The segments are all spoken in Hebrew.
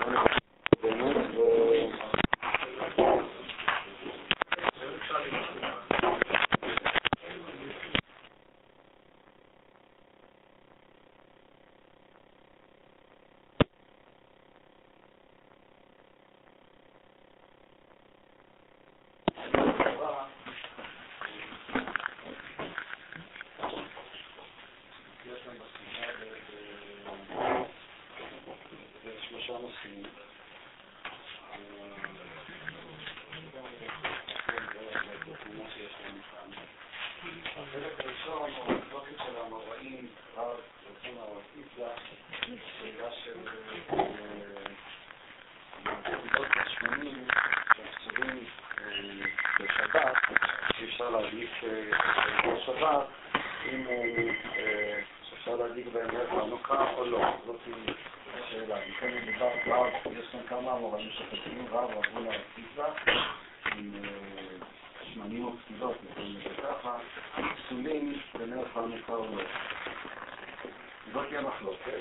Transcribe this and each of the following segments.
אפשר להדליק באמת חנוכה או לא? זאת שאלה. מכאן מדבר רב, יש כאן כמה אמוראים שחתימים רב עברו להציפה עם שמנים ופתילות, לפעמים וככה, פסולים בנר חנוכה או לא. זאת היא המחלוקת,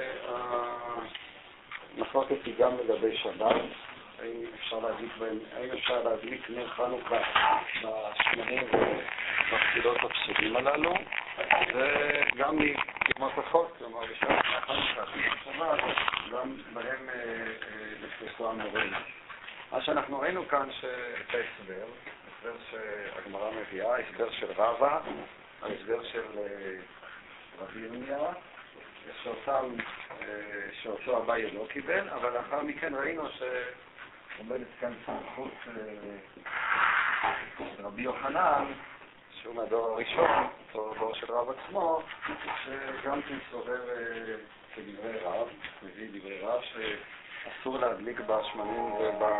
והמחלוקת היא גם לגבי שבת. האם אפשר להדליק נר חנוכה בשמנים ובפתילות הפסולים הללו, וגם כמותחות, כלומר בשבת חנוכה, שבת, גם בהם נפסקו המורים. מה שאנחנו ראינו כאן את ההסבר שהגמרא מביאה, ההסבר של רבא, ההסבר של רבי ירמיה, שאותו אביי לא קיבל, אבל לאחר מכן ראינו שעומדת כאן סמכות רבי יוחנן, שהוא מהדור הראשון, אותו דור של רב עצמו, שגם כן סובר כדברי רב, מביא דברי רב, שאסור להדליק בשמנים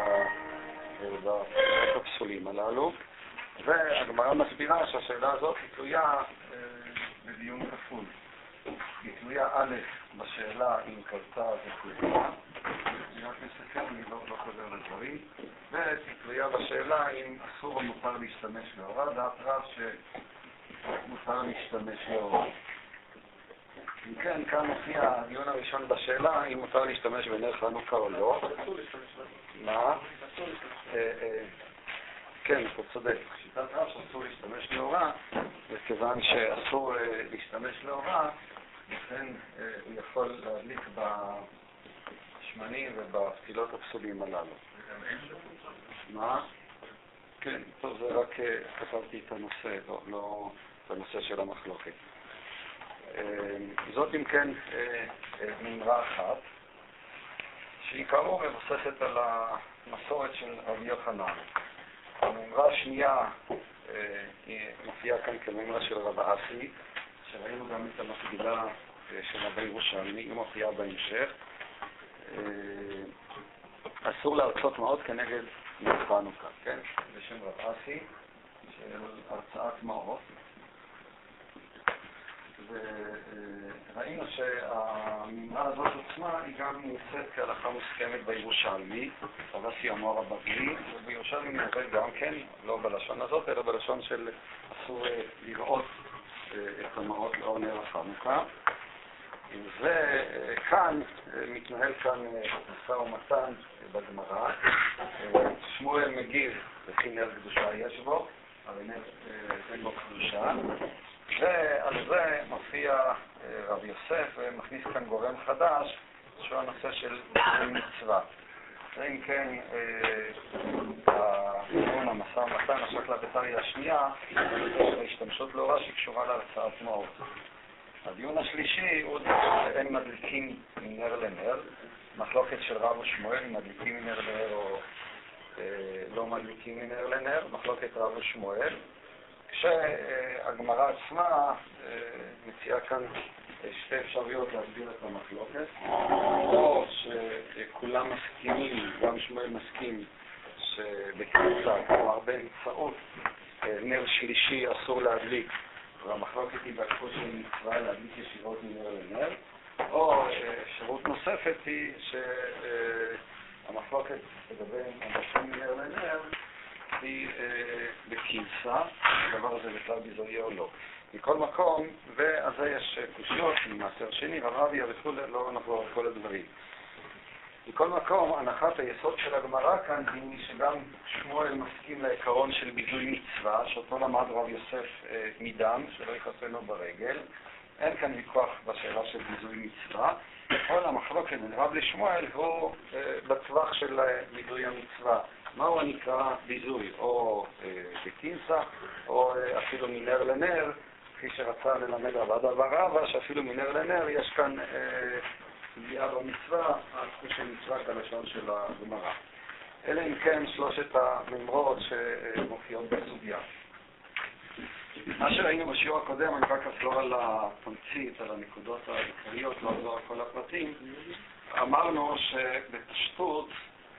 ובפסולים הללו, והגמרא מסבירה שהשאלה הזאת היא תלויה בדיון כפול. היא תלויה א' בשאלה אם קרתה וקרתה, אני רק מסכם, אני לא חוזר לדברים, והיא תלויה בשאלה אם אסור או מותר להשתמש לאורה, דעת רב שמותר להשתמש לאורה. אם כן, כאן מופיע הדיון הראשון בשאלה אם מותר להשתמש בנר חנוכה או לא. מה? כן, אתה צודק. שיטת רב שאסור להשתמש לאורה, וכיוון שאסור להשתמש לאורה, לכן הוא יכול להדליק בשמנים ובפתילות הפסולים הללו. מה? כן, טוב, זה רק כתבתי את הנושא, לא את הנושא של המחלוקת. זאת אם כן ממרה אחת, שעיקרו מבוססת על המסורת של רבי יוחנן. הממרה השנייה היא מופיעה כאן כממרה של רב אסי, שראינו גם את המקבילה של רבי ירושלמי, היא מופיעה בהמשך. אסור להרצות מאוד כנגד נר חנוכה, כן? בשם רב אסי, של הרצאת מעות. וראינו שהממרה הזאת עצמה היא גם נמצאת כהלכה מוסכמת בירושלמי, רב אסי אמור הבבלי, ובירושלמי נראה גם כן, לא בלשון הזאת, אלא בלשון של אסור לראות את המעות לאור נר חנוכה. וכאן מתנהל כאן משא ומתן בגמרא. שמואל מגיב וכי נר קדושה יש בו, אבל אין בו קדושה, ועל זה מופיע רב יוסף ומכניס כאן גורם חדש שהוא הנושא של מצווה. אם כן, הדיון המשא ומתן עסק לבטריה השנייה, ההשתמשות לאורה שקשורה להרצאת מעות. הדיון השלישי הוא שאין מדליקים מנר לנר, מחלוקת של רב ושמואל אם מדליקים מנר לנר או לא מדליקים מנר לנר, מחלוקת רב ושמואל, כשהגמרא עצמה מציעה כאן שתי אפשרויות להסביר את המחלוקת, או שכולם מסכימים, גם שמואל מסכים שבקריצה, כלומר באמצעות נר שלישי אסור להדליק, והמחלוקת היא בעקבות של מצווה להדליק ישירות מנר לנר, או אפשרות נוספת היא שהמחלוקת לגבי המדליקים מנר לנר היא בקריצה, הדבר הזה בכלל ביזויה או לא. מכל מקום, ואז יש קושיות ממעשר שני, רביה וכו', לא נחזור על כל הדברים. מכל מקום, הנחת היסוד של הגמרא כאן היא שגם שמואל מסכים לעיקרון של ביזוי מצווה, שאותו למד רב יוסף מדן, שלא יחסנו ברגל. אין כאן ויכוח בשאלה של ביזוי מצווה. כל המחלוקת בין רב לשמואל הוא בטווח של ביזוי המצווה. מהו הנקרא ביזוי? או בקינסה, או אפילו מנר לנר, כפי שרצה ללמד רבא בר רבא, שאפילו מנר לנר יש כאן פגיעה במצווה, התחוש של מצווה כלשון של הגמרא. אלה אם כן שלושת הממרות שמופיעות בסוגיה. מה שראינו בשיעור הקודם, אני רק אחזור על התמצית, על הנקודות העיקריות, לא אחזור על כל הפרטים. אמרנו שבפשטות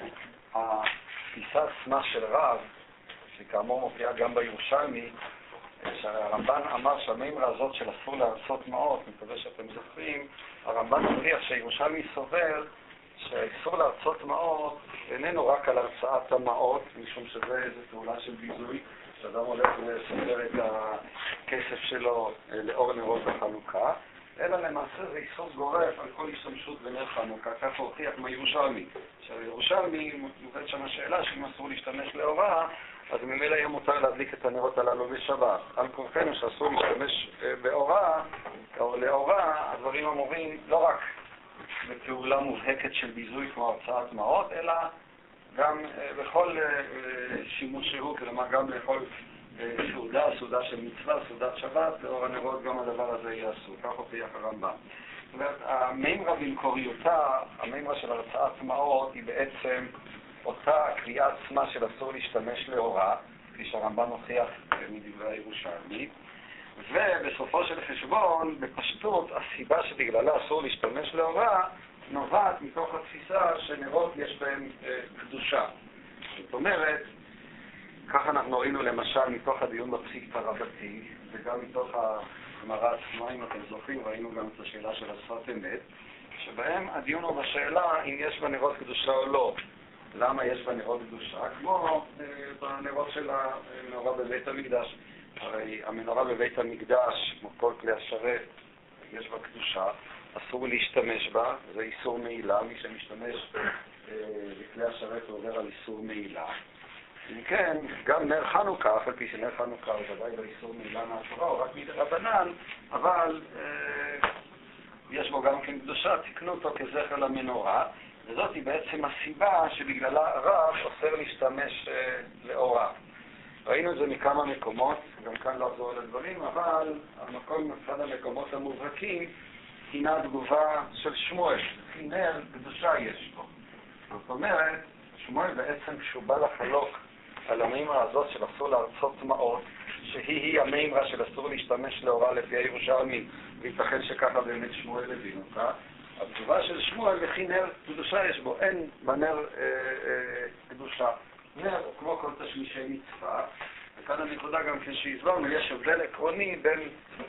התפיסה עצמה של רב, שכאמור מופיעה גם בירושלמי, שהרמב"ן אמר שהמימרה הזאת של אסור להרצות מעות, מקווה שאתם זוכרים, הרמב"ן הוכיח שירושלמי סובר שהאיסור להרצות מעות איננו רק על הרצאת המעות, משום שזה איזו פעולה של ביזוי, שאדם הולך לסדר את הכסף שלו לאור נרות החנוכה, אלא למעשה זה איסור גורף על כל השתמשות בנר חנוכה, כך הוכיח מהירושלמי. שהירושלמי מובאת שם השאלה שאם אסור להשתמש לאורה, אז ממילא יהיה מותר להדליק את הנרות הללו בשבת. על כורחנו שאסור להשתמש באורה או לאורה, הדברים אמורים לא רק בפעולה מובהקת של ביזוי כמו הרצאת מעות, אלא גם בכל שימוש שהוא, כלומר גם לכל סעודה של מצווה, סעודת שבת, לאור הנרות גם הדבר הזה יהיה אסור. כך הוכיח הרמב"ם. זאת אומרת, המימרה במקוריותה, המימרה של הרצאת מעות, היא בעצם אותה הקריאה עצמה של אסור להשתמש לאורה, כפי שהרמב"ן הוכיח מדברי הירושלמי, ובסופו של חשבון, בפשטות, הסיבה שבגללה אסור להשתמש לאורה נובעת מתוך התפיסה שנרות יש בהם קדושה. זאת אומרת, כך אנחנו ראינו למשל מתוך הדיון בפסיקתא רבתי, וגם מתוך הגמרא עצמה, אם אתם זוכרים, ראינו גם את השאלה של השפת אמת, שבהם הדיון הוא בשאלה אם יש בנרות קדושה או לא. למה יש בנרות קדושה? כמו בנרות של המנורה בבית המקדש. הרי המנורה בבית המקדש, כמו כל כלי השרת, יש בה קדושה, אסור להשתמש בה, זה איסור מעילה, מי שמשתמש בכלי השרת הוא עובר על איסור מעילה. אם כן, גם נר חנוכה, אף על פי שנר חנוכה הוא ודאי לא איסור מעילה מהתורה, הוא רק מדרבנן, אבל יש בו גם כן קדושה, תקנו אותו כזכר למנורה, וזאת היא בעצם הסיבה שבגללה הרב אוסר להשתמש לאורה. ראינו את זה מכמה מקומות, גם כאן לא אחזור על הדברים, אבל המקום, אחד המקומות המובהקים, הינה התגובה של שמואל, כי נר קדושה יש בו. זאת אומרת, שמואל בעצם כשהוא בא לחלוק על המימרה הזאת של אסור להרצות מעות, שהיא המימרה של אסור להשתמש לאורה לפי הירושלמי, וייתכן שככה באמת שמואל הבין אותה, התגובה של שמואל וכי נר קדושה יש בו, אין בנר קדושה. נר הוא כמו כל תשמישי מצווה, וכאן הנקודה גם כשהסברנו, יש הבדל עקרוני בין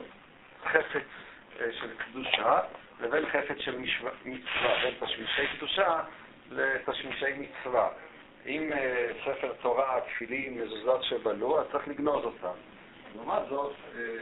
חפץ של קדושה לבין חפץ של מצווה, בין תשמישי קדושה לתשמישי מצווה. אם ספר תורה, תפילין, מזוזות שבלו, אז צריך לגנוז אותם. לעומת זאת,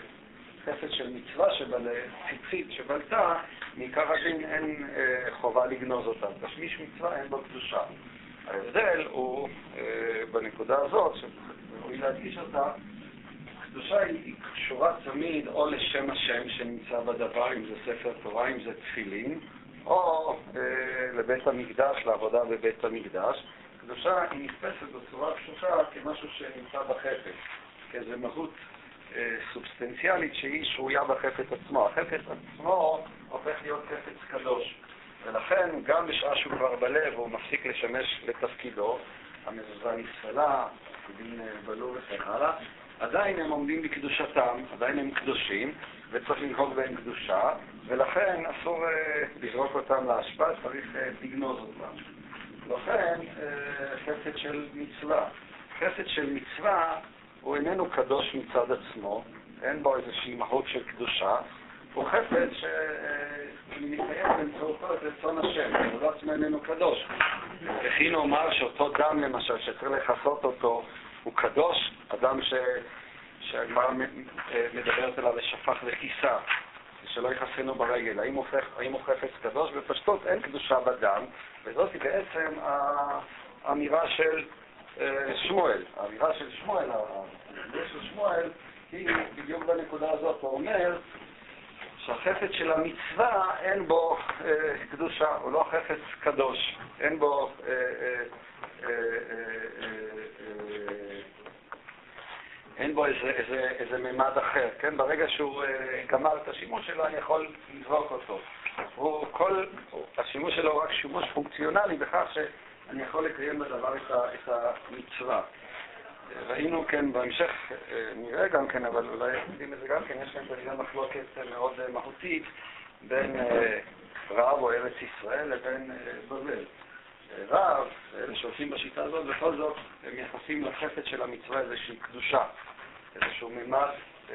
חפץ של מצווה ציצית שבלתה, מעיקר הדין אין חובה לגנוז אותם. תשמיש מצווה אין בו קדושה. ההבדל הוא בנקודה הזאת, שראוי להדגיש אותה, קדושה היא קשורה תמיד או לשם השם שנמצא בדבר, אם זה ספר תורה, אם זה תפילין, או לבית המקדש, לעבודה בבית המקדש. קדושה היא נתפסת בצורה פשוטה כמשהו שנמצא בחפץ, כאיזו מהות סובסטנציאלית שהיא שרויה בחפץ עצמו. החפץ עצמו הופך להיות חפץ קדוש, ולכן גם בשעה שהוא כבר בלב הוא מפסיק לשמש לתפקידו, המזוזה נפסלה, תפקידים בלו וכן הלאה, עדיין הם עומדים בקדושתם, עדיין הם קדושים, וצריך לנהוג בהם קדושה, ולכן אסור לזרוק אותם לאשפה, צריך לגנוז אותם. לכן חפץ של מצווה. חפץ של מצווה הוא איננו קדוש מצד עצמו, אין בו איזושהי מהות של קדושה, הוא חפץ שמתקיים באמצעותו את רצון השם, הוא לא עצמו איננו קדוש. וכי נאמר שאותו דם למשל, שצריך לחסות אותו, הוא קדוש, אדם שהגמרא מדברת עליו לשפך וכיסה, שלא יחסנו ברגל, האם הוא חפץ קדוש? בפשטות אין קדושה בדם, וזאת היא בעצם האמירה של שמואל. האמירה של שמואל, האמירה של שמואל, היא בדיוק בנקודה הזאת, הוא אומר שהחפץ של המצווה אין בו קדושה, הוא לא חפץ קדוש, אין בו אין בו איזה ממד אחר, כן? ברגע שהוא גמר את השימוש שלו, אני יכול לזרוק אותו. השימוש שלו הוא רק שימוש פונקציונלי בכך שאני יכול לקיים בדבר את המצווה. ראינו כן, בהמשך נראה גם כן, אבל אולי יודעים את זה גם כן, יש כאן בגלל מחלוקת מאוד מהותית בין רב או ארץ ישראל לבין בבל. רב, אלה שעושים בשיטה הזאת, בכל זאת הם יחסים לחפץ של המצווה איזושהי קדושה, איזשהו ממד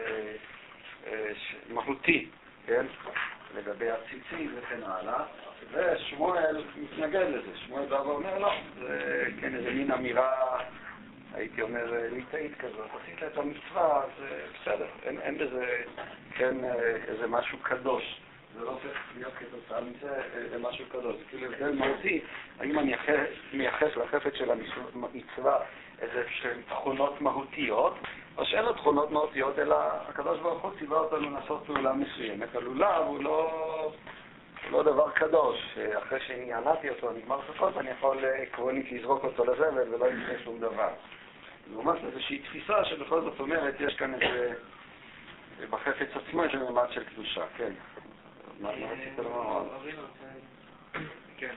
מהותי, כן? לגבי הציצית וכן הלאה, ושמואל מתנגד לזה. שמואל בא ואומר לא, זה כן איזה מין אמירה, הייתי אומר, ליטאית כזאת, עשית את המצווה, אז בסדר, אין בזה כן איזה משהו קדוש. זה לא הופך להיות כתוצאה מזה למשהו קדוש. זה כאילו הבדל מהותי, האם אני מייחס לחפץ של המצווה איזה שהן תכונות מהותיות, או שאין לו תכונות מהותיות, אלא הקדוש ברוך הוא ציווה אותנו לעשות פעולה מסוימת. הלולב הוא לא דבר קדוש. אחרי שעניינתי אותו, נגמר ספות, אני יכול עקרונית לזרוק אותו לזבל ולא יקרה שום דבר. לעומת איזושהי תפיסה שבכל זאת אומרת, יש כאן איזה, בחפץ עצמו איזה ממד של קדושה, כן. מה רצית לומר? כן,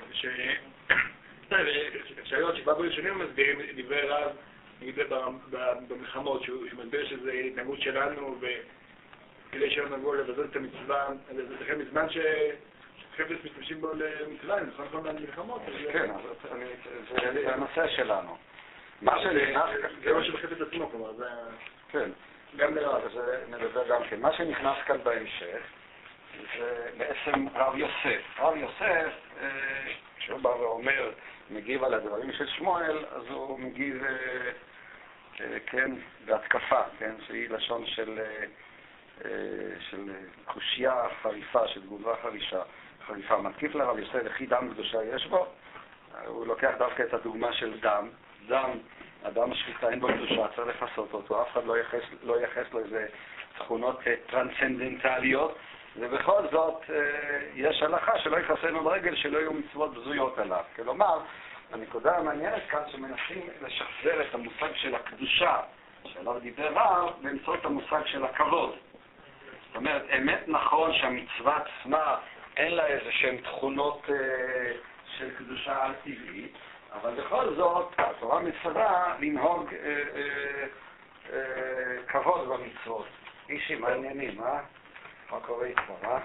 שהיום שבא בראשונים מסבירים, דיבר רב, נגיד במלחמות, שהוא מסביר שזה התנהגות שלנו, וכדי שלא נבוא לבזות את המצווה, זה לכם בזמן שחפץ משתמשים בו למצווה, אני נכון כל מלחמות. כן, זה הנושא שלנו. מה שנכנס... זה מה שבחפץ עצמו, כלומר, זה... כן, גם לרב, זה נדבר גם כן. מה שנכנס כאן בהמשך, זה בעצם רב יוסף. רב יוסף, כשהוא בא ואומר, מגיב על הדברים של שמואל, אז הוא מגיב, כן, בהתקפה, כן, שהיא לשון של קושיה חריפה, של תגובה חריפה. מתקיף לרב יוסף, וכי דם קדושה יש בו, הוא לוקח דווקא את הדוגמה של דם. אדם השחיטה אין בו קדושה, צריך לחסות אותו, אף אחד לא יחס לו איזה תכונות טרנסצנדנטליות, ובכל זאת יש הלכה שלא יחסנו ברגל, שלא יהיו מצוות בזויות עליו. כלומר, הנקודה המעניינת כאן שמנסים לשחזר את המושג של הקדושה, שעליו דיבר רב, באמצעות המושג של הכבוד. זאת אומרת, אמת נכון שהמצווה עצמה אין לה איזה שהן תכונות של קדושה על טבעית, אבל בכל זאת התורה מצווה לנהוג כבוד במצוות. אישי, מה העניינים, אה? מה קורה איתך, מה?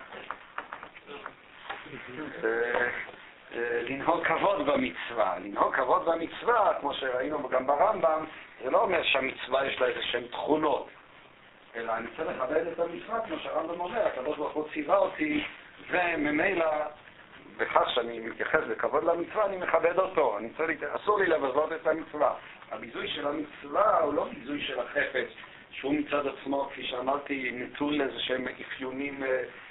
לנהוג כבוד במצווה. לנהוג כבוד במצווה, כמו שראינו גם ברמב"ם, זה לא אומר שהמצווה יש לה איזה שהן תכונות, אלא אני צריך לכבד את המצווה, כמו שהרמב"ם אומר, הקדוש ברוך הוא ציווה אותי, וממילא בכך שאני מתייחס בכבוד למצווה, אני מכבד אותו. אסור לי לבזות את המצווה. הביזוי של המצווה הוא לא ביזוי של החפץ, שהוא מצד עצמו, כפי שאמרתי, נטול לאיזה שהם אפיונים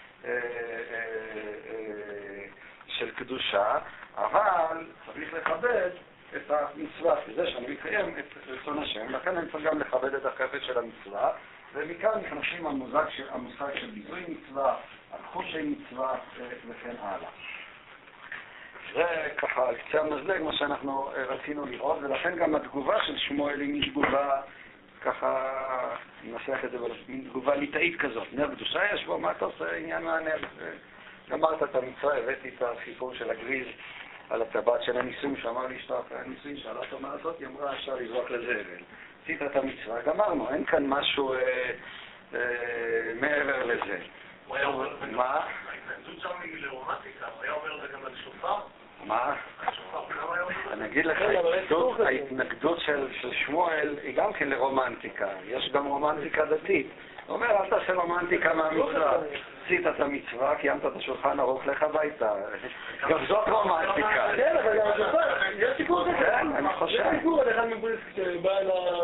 של קדושה, אבל צריך לכבד את המצווה, כזה שאני מקיים את רצון השם, לכן אני צריך גם לכבד את החפץ של המצווה, ומכאן נכנסים המושג של ביזוי מצווה, חושי מצווה וכן הלאה. זה ככה על קצה המזלג מה שאנחנו רצינו לראות, ולכן גם התגובה של שמואל היא תגובה ככה, ננסח את זה במין תגובה ליטאית כזאת. נר קדושה יש בו, מה אתה עושה עניין מהנר? גמרת את המצווה, הבאתי את הסיפור של הגריז על הטבעת של הניסויים, שאמר לי שאתה אחרי הניסויים, שאלה אותו מה לעשות, היא אמרה אפשר לזרוק לזבל. עשית את המצווה, גמרנו, אין כאן משהו מעבר לזה. הוא היה אומר... מה? ההתנגדות שם היא לרומנטיקה, הוא היה אומר את זה גם על שופר? מה? אני אגיד לך, ההתנגדות של שמואל היא גם כן לרומנטיקה. יש גם רומנטיקה דתית. הוא אומר, אל תעשה רומנטיקה מהמצווה. עשית את המצווה, קיימת את השולחן ערוך לך הביתה. גם זאת רומנטיקה. כן, אבל יש סיפור כזה. כן, אני חושב. יש סיפור על אחד מבריסק שבא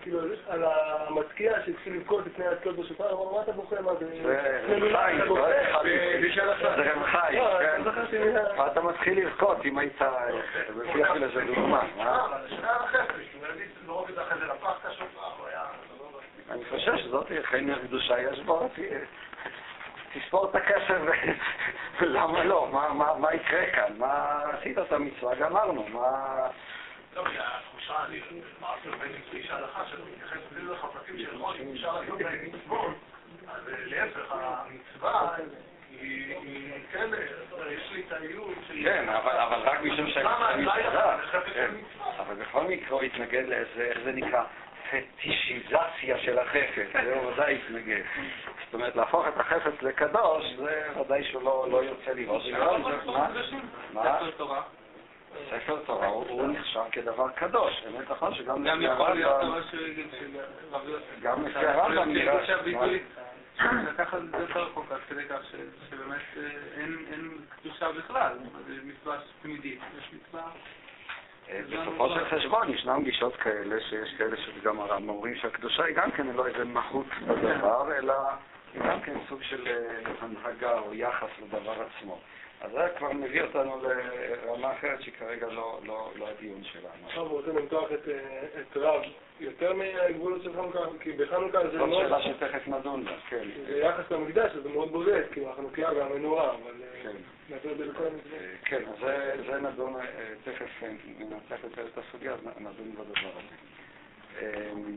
כאילו, על המתקיע שהתחיל לבכות לפני התקיעות בשופר, אמר, מה אתה בוכה? מה זה? זה חיים, זה רב חיים, כן. אתה מתחיל לבכות אם היית מביא אפילו איזה דוגמה. אבל השנה החפש, לא רק את אחרי זה לפח את השופר, הוא היה... אני חושב שזאת חיים הקדושה, יש בו, תספור את הכסף, למה לא? מה יקרה כאן? מה עשית את המצווה? גמרנו, מה... לא, התחושה, אני אמרתי לו בין אישה הלכה, שאני מתייחס בלי לחפצים של ראש, אם אפשר להיות בהם מצוות, אז להפך, המצווה היא כן, יש לי את האיות שהיא... כן, אבל רק משום שהמצווה מצווה, אבל בכל מקרה הוא יתנגד לאיזה, איך זה נקרא? פטישיזציה של החפץ, זה ודאי יתנגד. זאת אומרת, להפוך את החפץ לקדוש, זה ודאי שהוא לא יוצא לראות. ספר תורה. ספר תורה הוא נחשב כדבר קדוש. באמת נכון שגם גם יכול להיות דבר גם לפי הרמב"ם נראה... לקחת את זה יותר רחוק, עד כדי כך שבאמת אין קדושה בכלל, זה מצווה תמידית, יש מצווה... בסופו של חשבון ישנם גישות כאלה, שיש כאלה שגם הרמב"ם אומרים שהקדושה היא גם כן לא איזה מהות בדבר, אלא היא גם כן סוג של הנהגה או יחס לדבר עצמו. אז זה כבר מביא אותנו לרמה אחרת שכרגע לא הדיון שלנו. עכשיו רוצים למתוח את רב יותר מהגבולות של חנוכה, כי בחנוכה זה מאוד... זאת שאלה מאוד... שתכף נדון בה, כן. זה יחס למקדש, זה מאוד בולט, כאילו החנוכיה והמנורה, אבל... נעבור את זה בכל המקדש. כן, אז זה נדון, תכף ננתח יותר את הסוגיה, אז נדון בדבר הזה.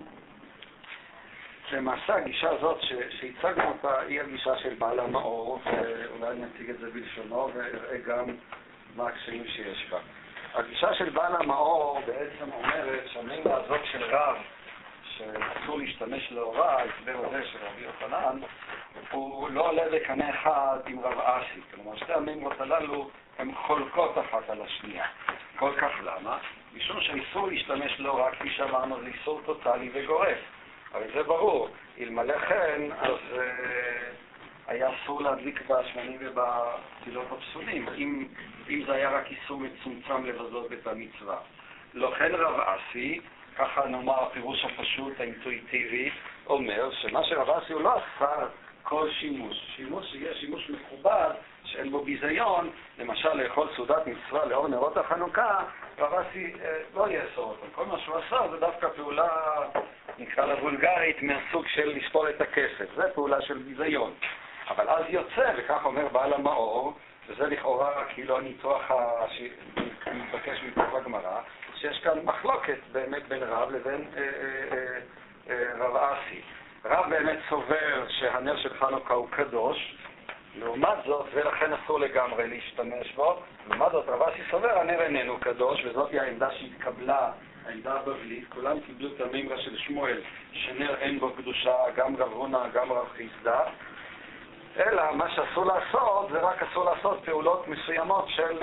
למעשה הגישה הזאת שהצגנו אותה היא הגישה של בעל המאור, ואולי נציג את זה בלשונו ונראה גם מה הקשיים שיש בה. הגישה של בעל המאור בעצם אומרת שהמילה הזאת של רב, שאסור להשתמש לאורה, ההסבר הזה של רבי יוחנן, הוא לא עולה בקנה אחד עם רב אסי. כלומר, שתי המימות הללו הן חולקות אחת על השנייה. כל כך למה? משום שאיסור להשתמש לאורה, כפי שאמרנו, זה איסור טוטלי וגורף. אבל זה ברור, אלמלא כן, אז היה אסור להדליק בשמנים ובתפילות הפסולים, אם זה היה רק איסור מצומצם לבזות את המצווה. לא כן רב אסי, ככה נאמר הפירוש הפשוט, האינטואיטיבי, אומר שמה שרב אסי הוא לא אסר כל שימוש. שימוש שיהיה שימוש מכובד, שאין בו ביזיון, למשל לאכול סעודת מצווה לאור נרות החנוכה, רב אסי לא יאסור אותו. כל מה שהוא עשה זה דווקא פעולה, נקרא לה וולגרית, מהסוג של לספור את הכסף. זה פעולה של ביזיון. אבל אז יוצא, וכך אומר בעל המאור, וזה לכאורה כאילו הניתוח שמתבקש מתוך הגמרא, שיש כאן מחלוקת באמת בין רב לבין רב אסי. רב באמת סובר שהנר של חנוכה הוא קדוש, לעומת זאת, ולכן אסור לגמרי להשתמש בו, לעומת זאת רב אסי סובר, הנר איננו קדוש, וזאת היא העמדה שהתקבלה, העמדה הבבלית, כולם קיבלו את המימרה של שמואל, שנר אין בו קדושה, גם רב הונא, גם רב חיסדא, אלא מה שאסור לעשות, זה רק אסור לעשות פעולות מסוימות של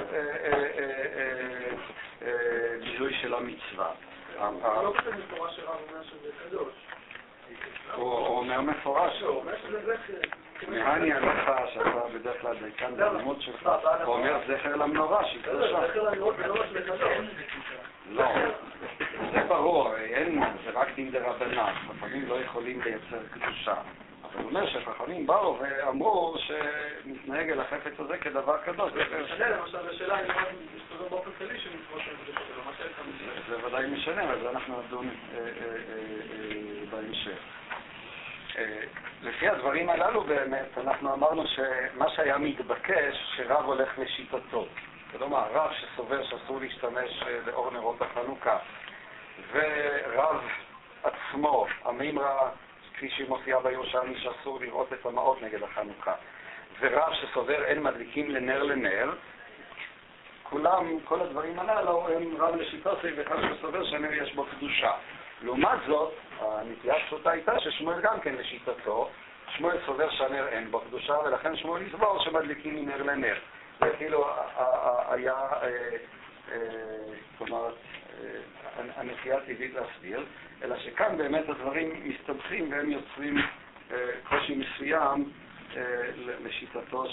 ביזוי של המצווה. לא כזה מפורש שרב אומר שזה קדוש. הוא אומר מפורש. הוא אומר שזה זכר. מהני עליך שאתה בדרך כלל דייקן בלימוד שלך, הוא אומר זכר למנורה שהיא קדושה. זכר למנורה שזה קדוש. לא, זה ברור, זה רק דין דרבנן, חכמים לא יכולים לייצר קדושה. אבל הוא אומר שחכמים באו ואמרו שמתנהג אל החפץ הזה כדבר קדוש. למשל, השאלה היא מה מסתובב באופן כללי שמתפוס זה ודאי משנה, אבל זה אנחנו נדון בהמשך. לפי הדברים הללו באמת, אנחנו אמרנו שמה שהיה מתבקש, שרב הולך לשיטתו. כלומר, רב שסובר שאסור להשתמש לאור נרות החנוכה, ורב עצמו, המימרה, כפי שהיא מופיעה בירושלמי, שאסור לראות את המעות נגד החנוכה, ורב שסובר אין מדליקים לנר לנר, כל הדברים הללו הם רב לשיטתו, וכך שסובר שהנר יש בו קדושה. לעומת זאת, הנטייה הפשוטה הייתה ששמואל גם כן לשיטתו, שמואל סובר שהנר אין בו קדושה, ולכן שמואל יסבור שמדליקים מנר לנר. זה כאילו היה, כלומר, הנטייה טבעית להסביר, אלא שכאן באמת הדברים מסתבכים והם יוצרים קושי מסוים לשיטתו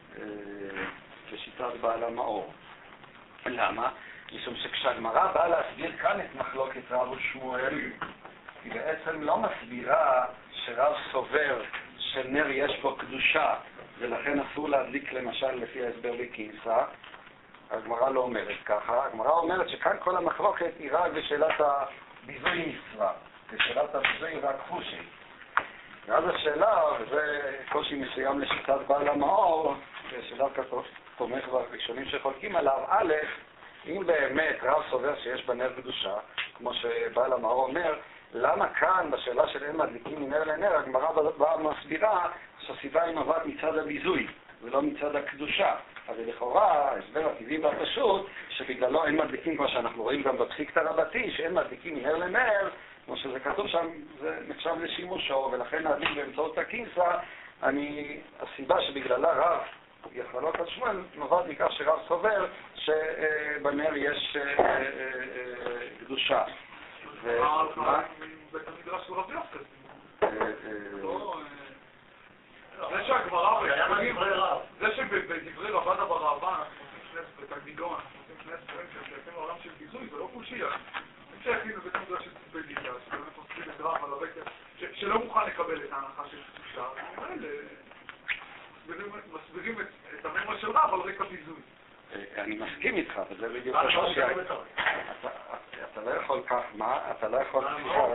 לשיטת בעל המאור. למה? משום שכשהגמרא באה להסביר כאן את מחלוקת רב ושמואל, היא בעצם לא מסבירה שרב סובר שנר יש בו קדושה, ולכן אסור להדליק למשל לפי ההסבר בקיסה. הגמרא לא אומרת ככה, הגמרא אומרת שכאן כל המחלוקת היא רק בשאלת הביזוי מצווה, בשאלת הביזוי והכחושי. ואז השאלה, וזה קושי מסוים לשיטת בעל המאור, שדווקא תומך בראשונים שחולקים עליו, א', אם באמת רב סובר שיש בנר קדושה, כמו שבעל המאור אומר, למה כאן בשאלה של אין מדליקים מנר לנר, הגמרא באה מסבירה שהסיבה היא נובעת מצד הביזוי ולא מצד הקדושה. אז לכאורה, ההסבר הטבעי והפשוט, שבגללו אין מדליקים, כמו שאנחנו רואים גם בפסיקתא רבתי, שאין מדליקים מנר לנר, כמו שזה כתוב שם, זה נחשב לשימושו, ולכן להדליק באמצעות הקיסה, הסיבה שבגללה רב יחלוק על שמואל נובעת מכך שרב סובר שבנר יש קדושה. ומה? זה המדרש של רב יוסף. זה שהגמרא, זה שבדברי רבד ברבן, בתלמידון, אנחנו עושים שני ספרים ששייכים לעולם של ביזוי, זה לא קושיה. הם שייכים לבית מדרש של בליגה, שבאמת עושים את רב על הרקע, שלא מוכן לקבל את ההנחה של קדושה, מסבירים את המאמר של רב על רקע ביזוי. אני מסכים איתך, וזה בדיוק הקושיה. אתה לא יכול כך, מה? אתה לא יכול,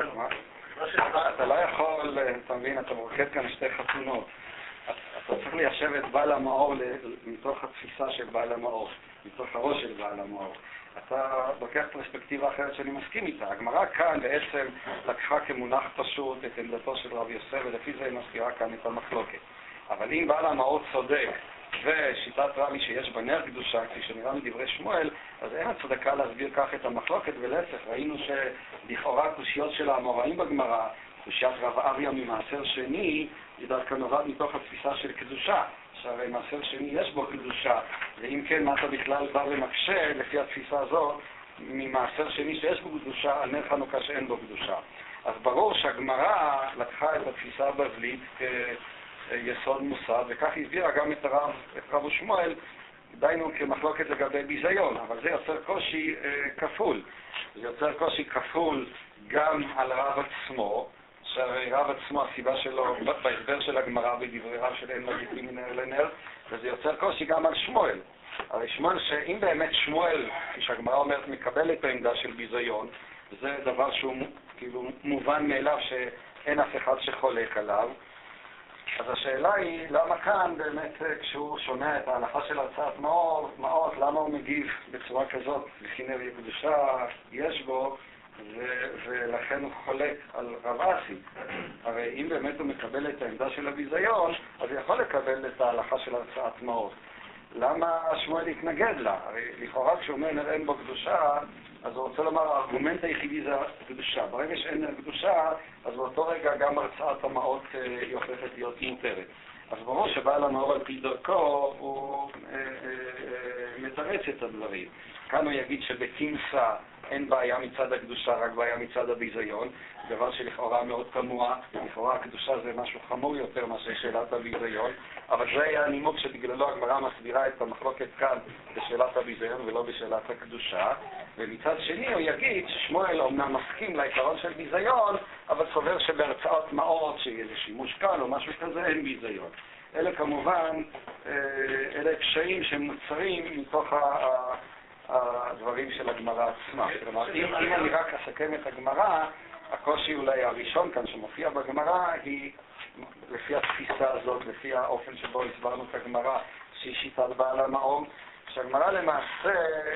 אתה מבין, אתה מורכב כאן שתי חתונות. אתה צריך ליישב את בעל המאור מתוך התפיסה של בעל המאור, מתוך הראש של בעל המאור. אתה לוקח פרספקטיבה אחרת שאני מסכים איתה. הגמרא כאן בעצם לקחה כמונח פשוט את עמדתו של רב יוסף, ולפי זה היא מזכירה כאן את המחלוקת. אבל אם בעל המאור צודק, ושיטת רבי שיש בנר קדושה, כפי שנראה מדברי שמואל, אז אין הצדקה להסביר כך את המחלוקת, ולהפך, ראינו שלכאורה קושיות של האמוראים בגמרא, קושיית רב אריה ממעשר שני, היא דווקא נובעת מתוך התפיסה של קדושה, שהרי מעשר שני יש בו קדושה, ואם כן, מה אתה בכלל בא ומקשה לפי התפיסה הזאת, ממעשר שני שיש בו קדושה, על נר חנוכה שאין בו קדושה. אז ברור שהגמרא לקחה את התפיסה הבבלית יסוד מוסד, וכך הסבירה גם את רב ושמואל, דיינו כמחלוקת לגבי ביזיון, אבל זה יוצר קושי כפול. זה יוצר קושי כפול גם על רב עצמו, שהרי רב עצמו הסיבה שלו בהסבר של הגמרא בדברי רב של אין מדליקים מנר לנר, וזה יוצר קושי גם על שמואל. הרי שמואל, שאם באמת שמואל, כפי שהגמרא אומרת, מקבל את העמדה של ביזיון, זה דבר שהוא כאילו מובן מאליו שאין אף אחד שחולק עליו, אז השאלה היא, למה כאן באמת כשהוא שומע את ההלכה של הרצאת מעות, למה הוא מגיב בצורה כזאת, לפי נר קדושה יש בו, ולכן הוא חולק על רב אסי. הרי אם באמת הוא מקבל את העמדה של הביזיון, אז הוא יכול לקבל את ההלכה של הרצאת מעות. למה שמואל יתנגד לה? הרי לכאורה כשהוא אומר נר אין בו קדושה, אז הוא רוצה לומר, הארגומנט היחידי זה הקדושה. ברגע שאין נר קדושה, אז באותו רגע גם הרצאת המעות היא הופכת להיות מותרת. אז ברור שבעל המאור על פי דרכו הוא מתרץ את הדברים. כאן הוא יגיד שבקימסה אין בעיה מצד הקדושה, רק בעיה מצד הביזיון, דבר שלכאורה מאוד תמוה, לכאורה הקדושה זה משהו חמור יותר מאשר שאלת הביזיון, אבל זה היה הנימוק שבגללו הגמרא מסבירה את המחלוקת כאן בשאלת הביזיון ולא בשאלת הקדושה, ומצד שני הוא יגיד ששמואל אומנם מסכים לעיקרון של ביזיון, אבל סובר שבהרצאות מעות, שיהיה שימוש קל או משהו כזה, אין ביזיון. אלה כמובן, אלה קשיים שהם נוצרים מתוך הדברים של הגמרא עצמה. כלומר, אם אני רק אסכם את הגמרא, הקושי אולי הראשון כאן שמופיע בגמרא היא לפי התפיסה הזאת, לפי האופן שבו הסברנו את הגמרא, שהיא שיטת בעל המאור, שהגמרא למעשה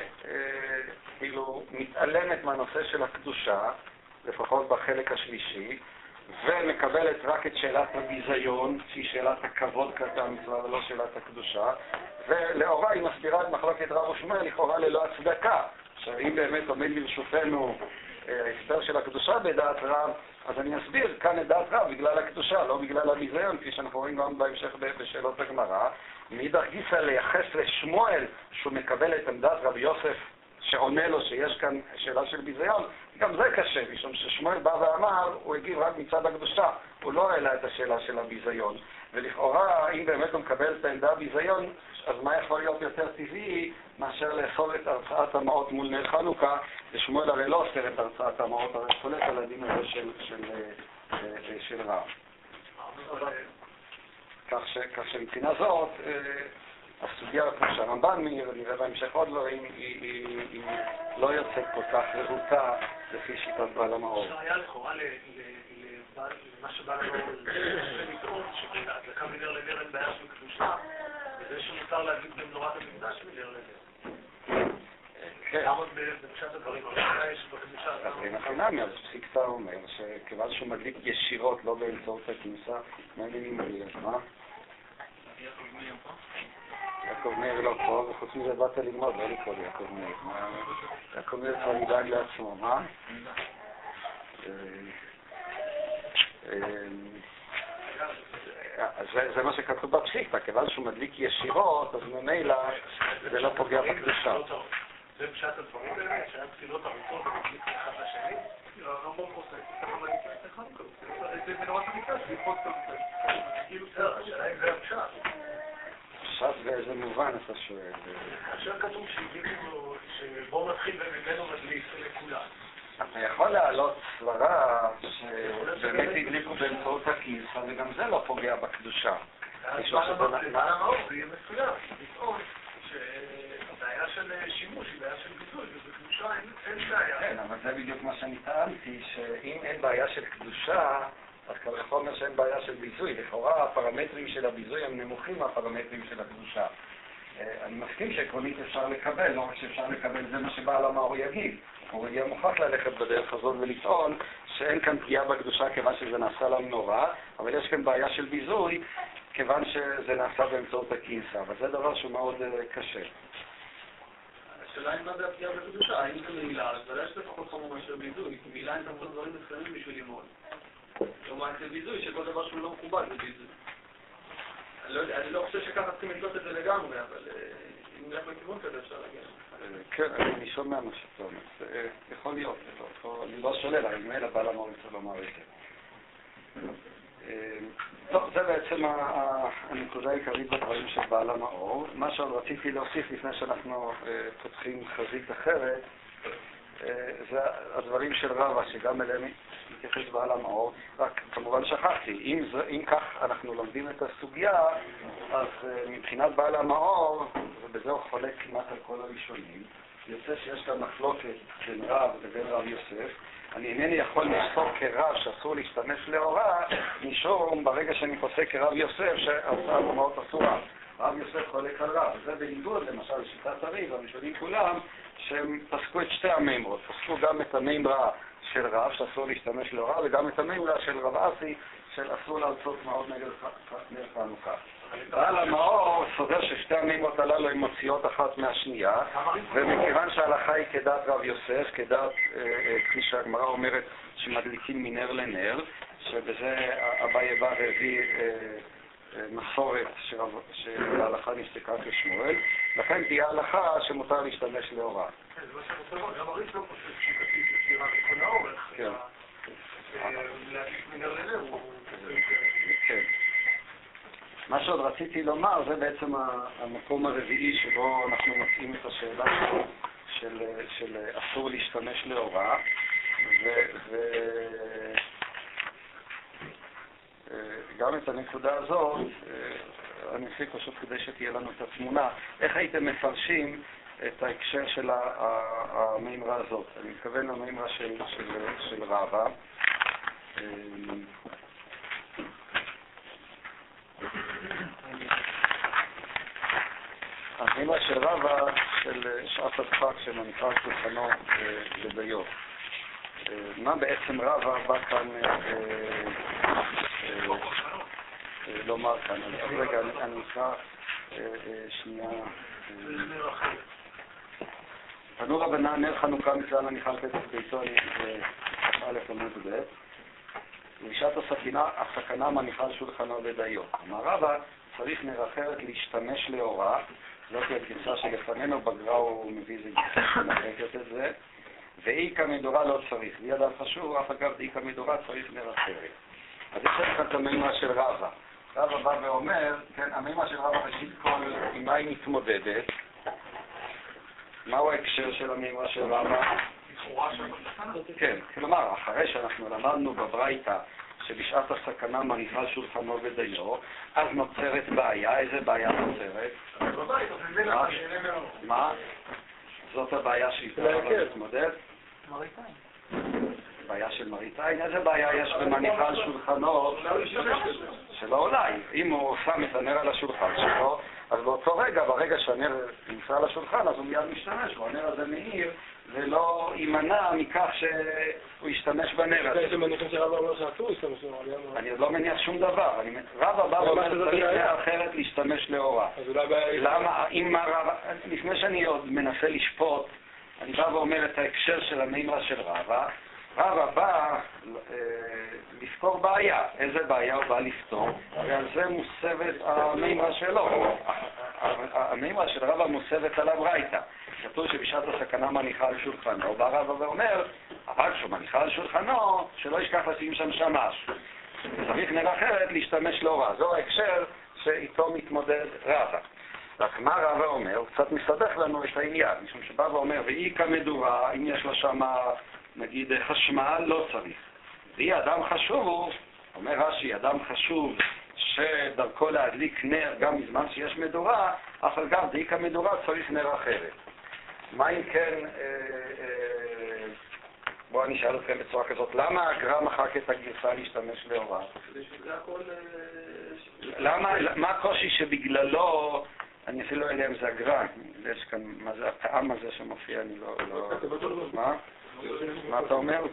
כאילו מתעלמת מהנושא של הקדושה, לפחות בחלק השלישי, ומקבלת רק את שאלת הביזיון, שהיא שאלת הכבוד כלפי המצווה ולא שאלת הקדושה, ולאורה היא מסבירה את מחלוקת רב ושמואל לכאורה ללא הצדקה. עכשיו, אם באמת עומד לרשותנו ההסבר של הקדושה בדעת רב, אז אני אסביר כאן את דעת רב בגלל הקדושה, לא בגלל הביזיון, כפי שאנחנו רואים גם בהמשך בשאלות הגמרא. מאידך גיסא לייחס לשמואל שהוא מקבל את עמדת רבי יוסף שעונה לו שיש כאן שאלה של ביזיון, גם זה קשה, משום ששמואל בא ואמר, הוא הגיב רק מצד הקדושה, הוא לא העלה את השאלה של הביזיון. ולכאורה, אם באמת הוא מקבל את העמדה ביזיון, אז מה יכול להיות יותר טבעי מאשר לאסור את הרצאת המעות מול נר חנוכה, ושמואל הרי לא אוסר את הרצאת המעות, הרי חולק על הדין הזה של רב. כך שמבחינה זאת, הסוגיה, כמו שהרמב"ן נראה בהמשך עוד דברים, היא לא יוצאת כל כך רהוטה לפי שיטת בעל המאור. היה לכאורה למה שבא לנו לטעון, שבהדלקה מנר לנר אין בעיה של קדושה, וזה שמותר להגיד במנורת המקדש מנר לנר. כן. לעמוד בפשט הדברים, אבל יש בקדושה... אז רינפינמי, אז פסיקתא אומר שכיוון שהוא מדליק ישירות, לא באמצעות הכניסה, מה העניינים מובילים? מה? יעקב מאיר לא פה, וחוץ מזה באת ללמוד, לא לקרוא לי יעקב מאיר. יעקב מאיר כבר ידאג לעצמו, מה? זה מה שכתוב בפסיקתא, כיוון שהוא מדליק ישירות, אז ממילא זה לא פוגע בקדושה. זה פשט הדברים באמת, שהיה תפילות ארוכות ומדליק אחד לשני? הרמב"ם חוסק, זה מנורת המקדש, זה יפות את המקדש. השאלה אם זה הפשט. פשט באיזה מובן אתה שואל? כאשר כתוב שהגידו שבו מתחיל וממנו מדליק לכולם. אתה יכול להעלות סברה שבאמת הדליקו באמצעות הכיסא, וגם זה לא פוגע בקדושה. מה המאור? זה יהיה מסוים. לטעון שהבעיה של שימוש היא בעיה של ביזוי, ובקדושה אין בעיה. כן, אבל זה בדיוק מה שאני טענתי, שאם אין בעיה של קדושה, אז כבר יכול אומר שאין בעיה של ביזוי. לכאורה הפרמטרים של הביזוי הם נמוכים מהפרמטרים של הקדושה. אני מסכים שעקרונית אפשר לקבל, לא רק שאפשר לקבל, זה מה שבעל המאור יגיד. הוא יהיה מוכרח ללכת בדרך הזאת ולטעון שאין כאן פגיעה בקדושה כיוון שזה נעשה למנורה, אבל יש כאן בעיה של ביזוי כיוון שזה נעשה באמצעות הכיסא, אבל זה דבר שהוא מאוד קשה. השאלה אם מה זה הפגיעה בקדושה, האם זה מעילה, אז ודאי שזה פחות חמור מאשר ביזוי, כי מעילה אין תמכות דברים מסוימים בשביל ללמוד. כלומר, זה ביזוי, שכל דבר שהוא לא מכובד זה ביזוי. אני לא חושב שככה צריכים לקלוט את זה לגמרי, אבל אם נלך לכיוון כזה אפשר להגיע. כן, אני שומע מה שאתה אומר. יכול להיות, אני לא שולל, אבל מילא בעל המאור צריך לומר את זה. טוב, זה בעצם הנקודה העיקרית בדברים של בעל המאור. מה שעוד רציתי להוסיף לפני שאנחנו פותחים חזית אחרת, זה הדברים של רבא, שגם אליהם מתייחס בעל המאור, רק כמובן שכחתי, אם כך אנחנו לומדים את הסוגיה, אז מבחינת בעל המאור, ובזה הוא חולק כמעט על כל הראשונים, יוצא שיש כאן מחלוקת בין רב לבין רב יוסף. אני אינני יכול לפסוק כרב שאסור להשתמש לאורה, משום ברגע שאני פוסק כרב יוסף שהרצאת המעות אסורה. רב יוסף חולק על רב, וזה בניגוד למשל לשיטת הריב, הראשונים כולם, שהם פסקו את שתי המימרות, פסקו גם את המימרה של רב שאסור להשתמש לאורה, וגם את המימרה של רב אסי של אסור להרצות מעות נגד נר חנוכה. בעל המאור סובר ששתי המימרות הללו הן מוציאות אחת מהשנייה, ומכיוון שההלכה היא כדעת רב יוסף, כדעת, כפי שהגמרא אומרת, שמדליקים מנר לנר, שבזה אביי בא והביא מסורת שההלכה נפסקה כשמואל, לכן תהיה הלכה שמותר להשתמש לאורה. כן, זה מה שמותר, גם הריף לא חושב שכתית לסבירה בכל האורך. כן. להדליק מנר לנר הוא... כן. מה שעוד רציתי לומר זה בעצם המקום הרביעי שבו אנחנו מוצאים את השאלה של אסור להשתמש לאורה, וגם את הנקודה הזאת אני אוסיף פשוט כדי שתהיה לנו את התמונה. איך הייתם מפרשים את ההקשר של המימרה הזאת? אני מתכוון למימרה של רבא. המימרה של רבא של שעת הדחק שמניחה על שולחנו לדיו. מה בעצם רבא בא כאן לומר כאן? אז רגע, אני אקרא שנייה. פנו רבנן נר חנוכה מצווה להניחה פתח ביתו א' עמוד ב', ובשעת הסכנה מניחה על שולחנו לדיו. אמר רבא, צריך נר אחרת להשתמש לאורה, זאת היא הגרסה שלפנינו, בגרא הוא מביא איזה גרסה שמחקת את זה, ואיכא מדורה לא צריך. ליד חשוב, אף אגב דאיכא מדורה צריך נר אחרת. אז יש כאן את המימרה של רבא. רבא בא ואומר, כן, המימה של רבא ראשית כל, עם מה היא מתמודדת? מהו ההקשר של המימה של רבא? כן, כלומר, אחרי שאנחנו למדנו בברייתא שבשעת הסכנה מריחה על שולחנו ודיו, אז נוצרת בעיה. איזה בעיה נוצרת? מה? זאת הבעיה שאיתה רבא מתמודד? מראיתיים. בעיה של מראיתיים? איזה בעיה יש במניחה על שולחנו? שלא אולי. אם הוא שם את הנר על השולחן שלו, אז באותו רגע, ברגע שהנר נמצא על השולחן, אז הוא מיד משתמש בו. הנר הזה מאיר, ולא יימנע מכך שהוא ישתמש בנר הזה. זה מניחים שרבא אומר שאסור להשתמש לאורה. אני עוד לא מניח שום דבר. רבא בא ואומר צריך נר אחרת להשתמש לאורה. למה? לפני שאני עוד מנסה לשפוט, אני בא ואומר את ההקשר של המימרה של רבא. רבא בא לפתור בעיה. איזה בעיה הוא בא לפתור? ועל זה מוסבת המימרה שלו. המימרה של רבא מוסבת על הברייתא. כתוב שבשעת הסכנה מניחה על שולחנו. בא רבא ואומר, אבל כשהוא מניחה על שולחנו, שלא ישכח לשים שם שמש. צריך נר אחרת להשתמש לאורה. זו ההקשר שאיתו מתמודד רבא. רק מה רבא אומר? הוא קצת מסבך לנו את העניין, משום שבא ואומר, והיא כמדורה, אם יש לה שם, נגיד, חשמל, לא צריך. והיא אדם חשוב, הוא אומר רש"י, אדם חשוב שדרכו להדליק נר גם בזמן שיש מדורה, אבל גם והיא כמדורה צריך נר אחרת. מה אם כן, בואו אני אשאל אתכם בצורה כזאת, למה הגר"א מחק את הגרסה להשתמש לאורה? מה הקושי שבגללו, אני אפילו לא יודע אם זה הגר"א, יש כאן, מה זה הטעם הזה שמופיע, אני לא... מה? מה אתה אומר?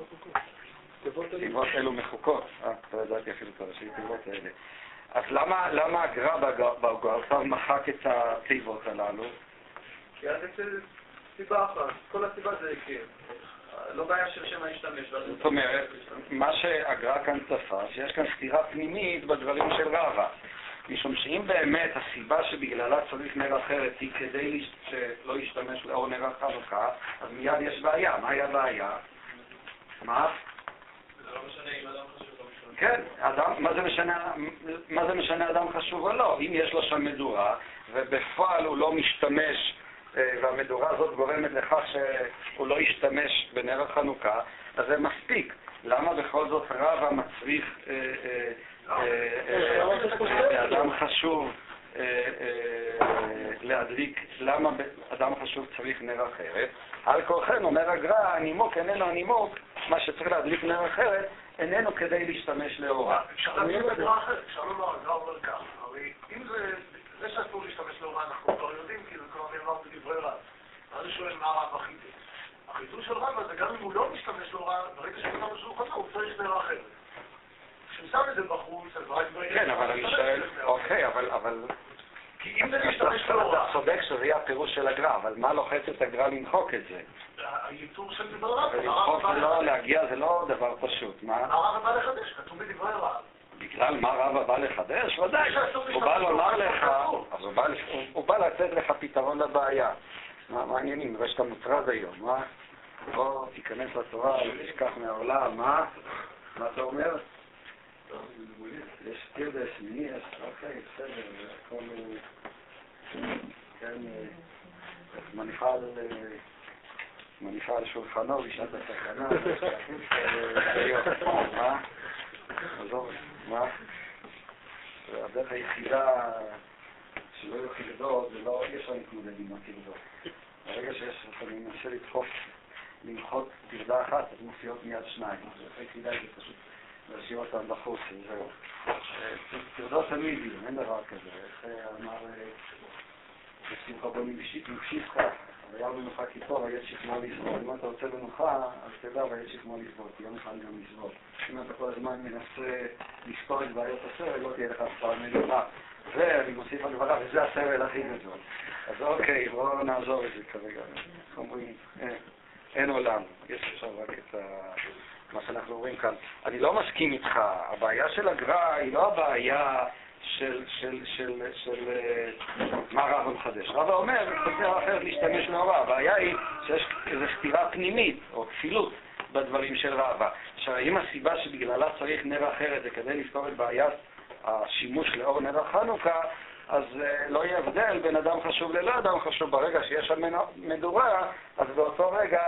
תיבות אלו מחוקות. לא ידעתי אפילו את הראשי תיבות האלה. אז למה הגר"א בגרסה מחק את התיבות הללו? כי אז יש סיבה אחת. כל הסיבה זה לא בעיה של שם להשתמש. זאת אומרת, מה שהגר"א כאן תפס, שיש כאן סתירה פנימית בדברים של רבא. משום שאם באמת הסיבה שבגללה צריך נר אחרת היא כדי שלא ישתמש לאור נר החנוכה, אז מיד יש בעיה. מהי הבעיה? מה? זה לא משנה אם אדם חשוב או משנה. כן, מה זה משנה אדם חשוב או לא? אם יש לו שם מדורה, ובפועל הוא לא משתמש, והמדורה הזאת גורמת לכך שהוא לא ישתמש בנר החנוכה, אז זה מספיק. למה בכל זאת רבא מצריך אדם חשוב להדליק, למה אדם חשוב צריך נר אחרת? על כורחן אומר הגר"א, הנימוק איננו הנימוק, מה שצריך להדליק נר אחרת איננו כדי להשתמש לאורה. אפשר להדליק נר אחרת, אפשר לומר, הגר"א אומר כך, הרי אם זה שאסור להשתמש לאורה אנחנו כבר יודעים, כי זה כבר נאמר בדברי רב. אז אני שואל מה רב החידוש? החידוש של רבא זה גם אם הוא לא משתמש לאורה, ברגע שהוא לא משהו חצה הוא צריך נר אחרת. כשהוא שם את זה בחוץ, אז רק בעיה... כן, אבל אני שואל, אוקיי, אבל... כי אם זה להשתמש לאורה... אתה צודק שזה יהיה הפירוש של הגר"א, אבל מה לוחץ את הגר"א למחוק את זה? הייצור של דברי רב. ולמחוק זה לא, להגיע זה לא דבר פשוט, מה? הרב בא לחדש, כתוב בדברי רב. בגלל מה רבא בא לחדש? ודאי, הוא בא לומר לך, אז הוא בא לתת לך פתרון לבעיה. מה העניינים? זה שאתה מוטרד היום, מה? בוא תיכנס לתורה, תשכח מהעולם, מה? מה אתה אומר? יש תרדס, מניאס, אוקיי, בסדר, הכל... כן, מניחה על שולחנו בשעת הסכנה, מה? עזוב, מה? הדרך היחידה שלא יהיו חרדות, זה לא, יש לנו להתמודד עם החרדות. ברגע שאני מנסה למחות תרדה אחת, אז מופיעות מיד שניים. הדרך היחידה זה פשוט להשאיר אותם בחוץ, זהו. תרדות תמיד יהיו, אין דבר כזה. איך אמר בשמחה בו נמשיך כך, היה במנוחה כי טוב, היה שכמו לסבול. אם אתה רוצה במנוחה, אז תדע והיה שכמו לסבול, כי יום אחד גם לסבול. אם אתה כל הזמן מנסה לפתור את בעיות הסבל, לא תהיה לך אף פעם מנוחה. ואני מוסיף על דבריו, וזה הסבל הכי גדול. אז אוקיי, בואו נעזור את זה כרגע. איך אומרים? אין עולם. יש עכשיו רק את מה שאנחנו אומרים כאן. אני לא מסכים איתך. הבעיה של הגר"א היא לא הבעיה של מה רבא מחדש. רבא אומר, זה אחרת להשתמש לאורה. הבעיה היא שיש איזו סתירה פנימית או כפילות בדברים של רבא. עכשיו, אם הסיבה שבגללה צריך נר אחרת זה כדי לפתור את בעיית השימוש לאור נר החנוכה, אז לא יהיה הבדל בין אדם חשוב ללא אדם חשוב. ברגע שיש שם מדורה, אז באותו רגע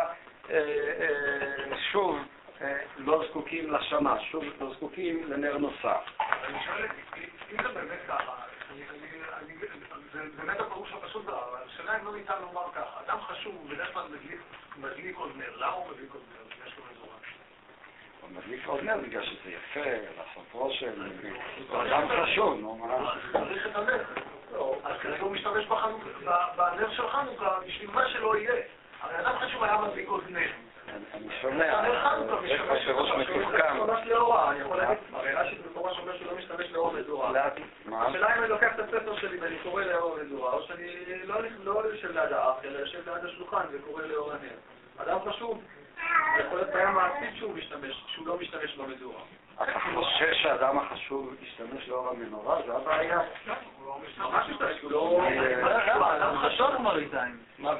שוב לא זקוקים לשמש, שוב לא זקוקים לנר נוסף. אני שואל, אם זה באמת ככה, זה באמת הפירוש הפשוט דבר, אבל השאלה אם לא ניתן לומר ככה, אדם חשוב בדרך כלל מדליק עוד נר, למה הוא מדליק עוד נר? יש לו מזורה. הוא מדליק עוד נר בגלל שזה יפה, לעשות רושם, הוא אדם חשוב, נו מה? צריך את הנר. אז כרגע הוא משתמש בנר של חנוכה, בשביל מה שלא יהיה. הרי אדם חשוב היה מדליק עוד נר. אני שומע, יש לך פירוש מתוחכם. אני יכול להגיד, הרי רש"י במפורש אומר שהוא לא משתמש לאור מדורה. השאלה אם אני לוקח את הספר שלי ואני קורא לאור מדורה, או שאני לא יושב ליד האח, אלא יושב ליד השולחן וקורא לאור הנר. אדם חשוב, יכול להיות בעיה מעשית שהוא לא משתמש במדורה. אתה חושב שהאדם החשוב ישתמש לאור המנורה? זה הבעיה? ממש משתמש, הוא לא... אדם חשוב מראיתיים.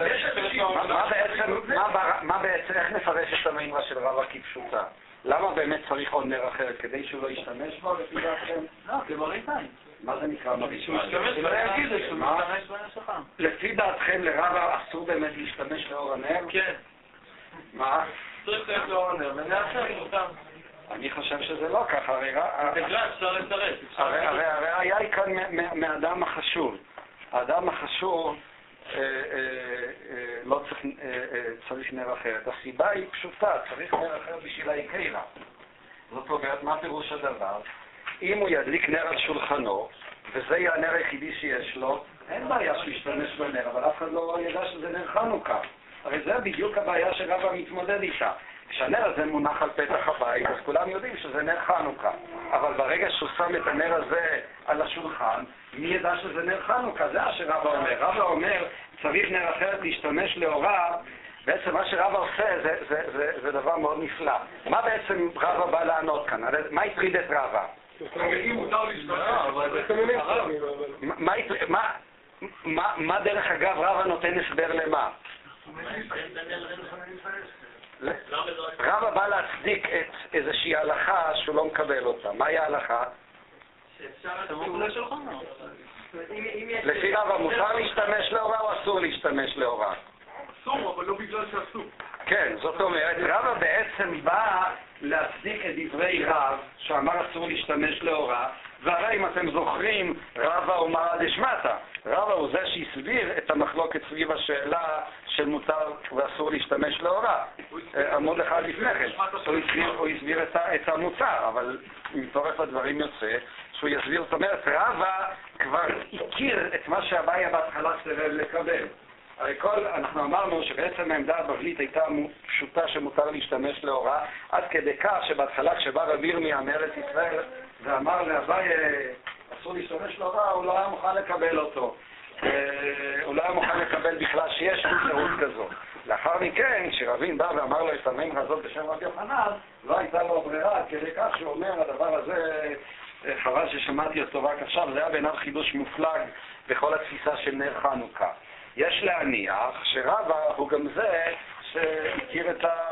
מה בעצם, איך נפרש את המימרה של רבא כפשוטה? למה באמת צריך עוד נר אחר? כדי שהוא לא ישתמש בו לפי דעתכם? לא, כמראיתיים. מה זה נקרא מראיתיים? שהוא משתמש בו, יגיד לי שהוא משתמש בנר שלך. לפי דעתכם לרבא אסור באמת להשתמש לאור הנר? כן. מה? צריך להיות לאור הנר, ונר אחר אותם. אני חושב שזה לא ככה, בגלל אפשר לצרף. הרי הראיה היא כאן מהאדם החשוב. האדם החשוב לא צריך נר אחרת. הסיבה היא פשוטה, צריך נר אחר בשביל העיקרה. זאת אומרת, מה פירוש הדבר? אם הוא ידליק נר על שולחנו, וזה יהיה הנר היחידי שיש לו, אין בעיה שהוא ישתמש בנר, אבל אף אחד לא ידע שזה נר חנוכה. הרי זה בדיוק הבעיה שרבא מתמודד איתה. כשהנר הזה מונח על פתח הבית, אז כולם יודעים שזה נר חנוכה. אבל ברגע שהוא שם את הנר הזה על השולחן, מי ידע שזה נר חנוכה? זה מה שרבא אומר. רבא אומר, צריך נר אחרת להשתמש לאורה. בעצם מה שרבא עושה זה דבר מאוד נפלא. מה בעצם רבא בא לענות כאן? מה הטריד את רבא? אם מותר מה דרך אגב רבא נותן הסבר למה? רבא בא להצדיק את איזושהי הלכה שהוא לא מקבל אותה. מהי ההלכה? לפי רבא מותר להשתמש לאורה או אסור להשתמש לאורה? אסור, אבל לא בגלל שאסור. כן, זאת אומרת, רבא בעצם בא להצדיק את דברי רב שאמר אסור להשתמש לאורה, והרי אם אתם זוכרים, רבא הוא מרא דשמטה. רבא הוא זה שהסביר את המחלוקת סביב השאלה של מותר ואסור להשתמש לאורה. עמוד אחד לפני כן. הוא הסביר את המותר, אבל מתורף הדברים יוצא שהוא יסביר. זאת אומרת, רבא כבר הכיר את מה שהבעיה בהתחלה סירב לקבל. הרי אנחנו אמרנו שבעצם העמדה הבבלית הייתה פשוטה שמותר להשתמש לאורה, עד כדי כך שבהתחלה כשבא רבי ירמיה מארץ ישראל ואמר לאביי אסור להשתמש לאורה, הוא לא היה מוכן לקבל אותו. הוא לא היה מוכן לקבל בכלל שיש אפשרות כזו. לאחר מכן, כשרבין בא ואמר לו את המימרה הזאת בשם רבי יוחנן, לא הייתה לו ברירה, עד כדי כך שהוא אומר הדבר הזה, חבל ששמעתי אותו רק עכשיו, זה היה בעיניו חידוש מופלג בכל התפיסה של נר חנוכה. יש להניח שרבא הוא גם זה שהכיר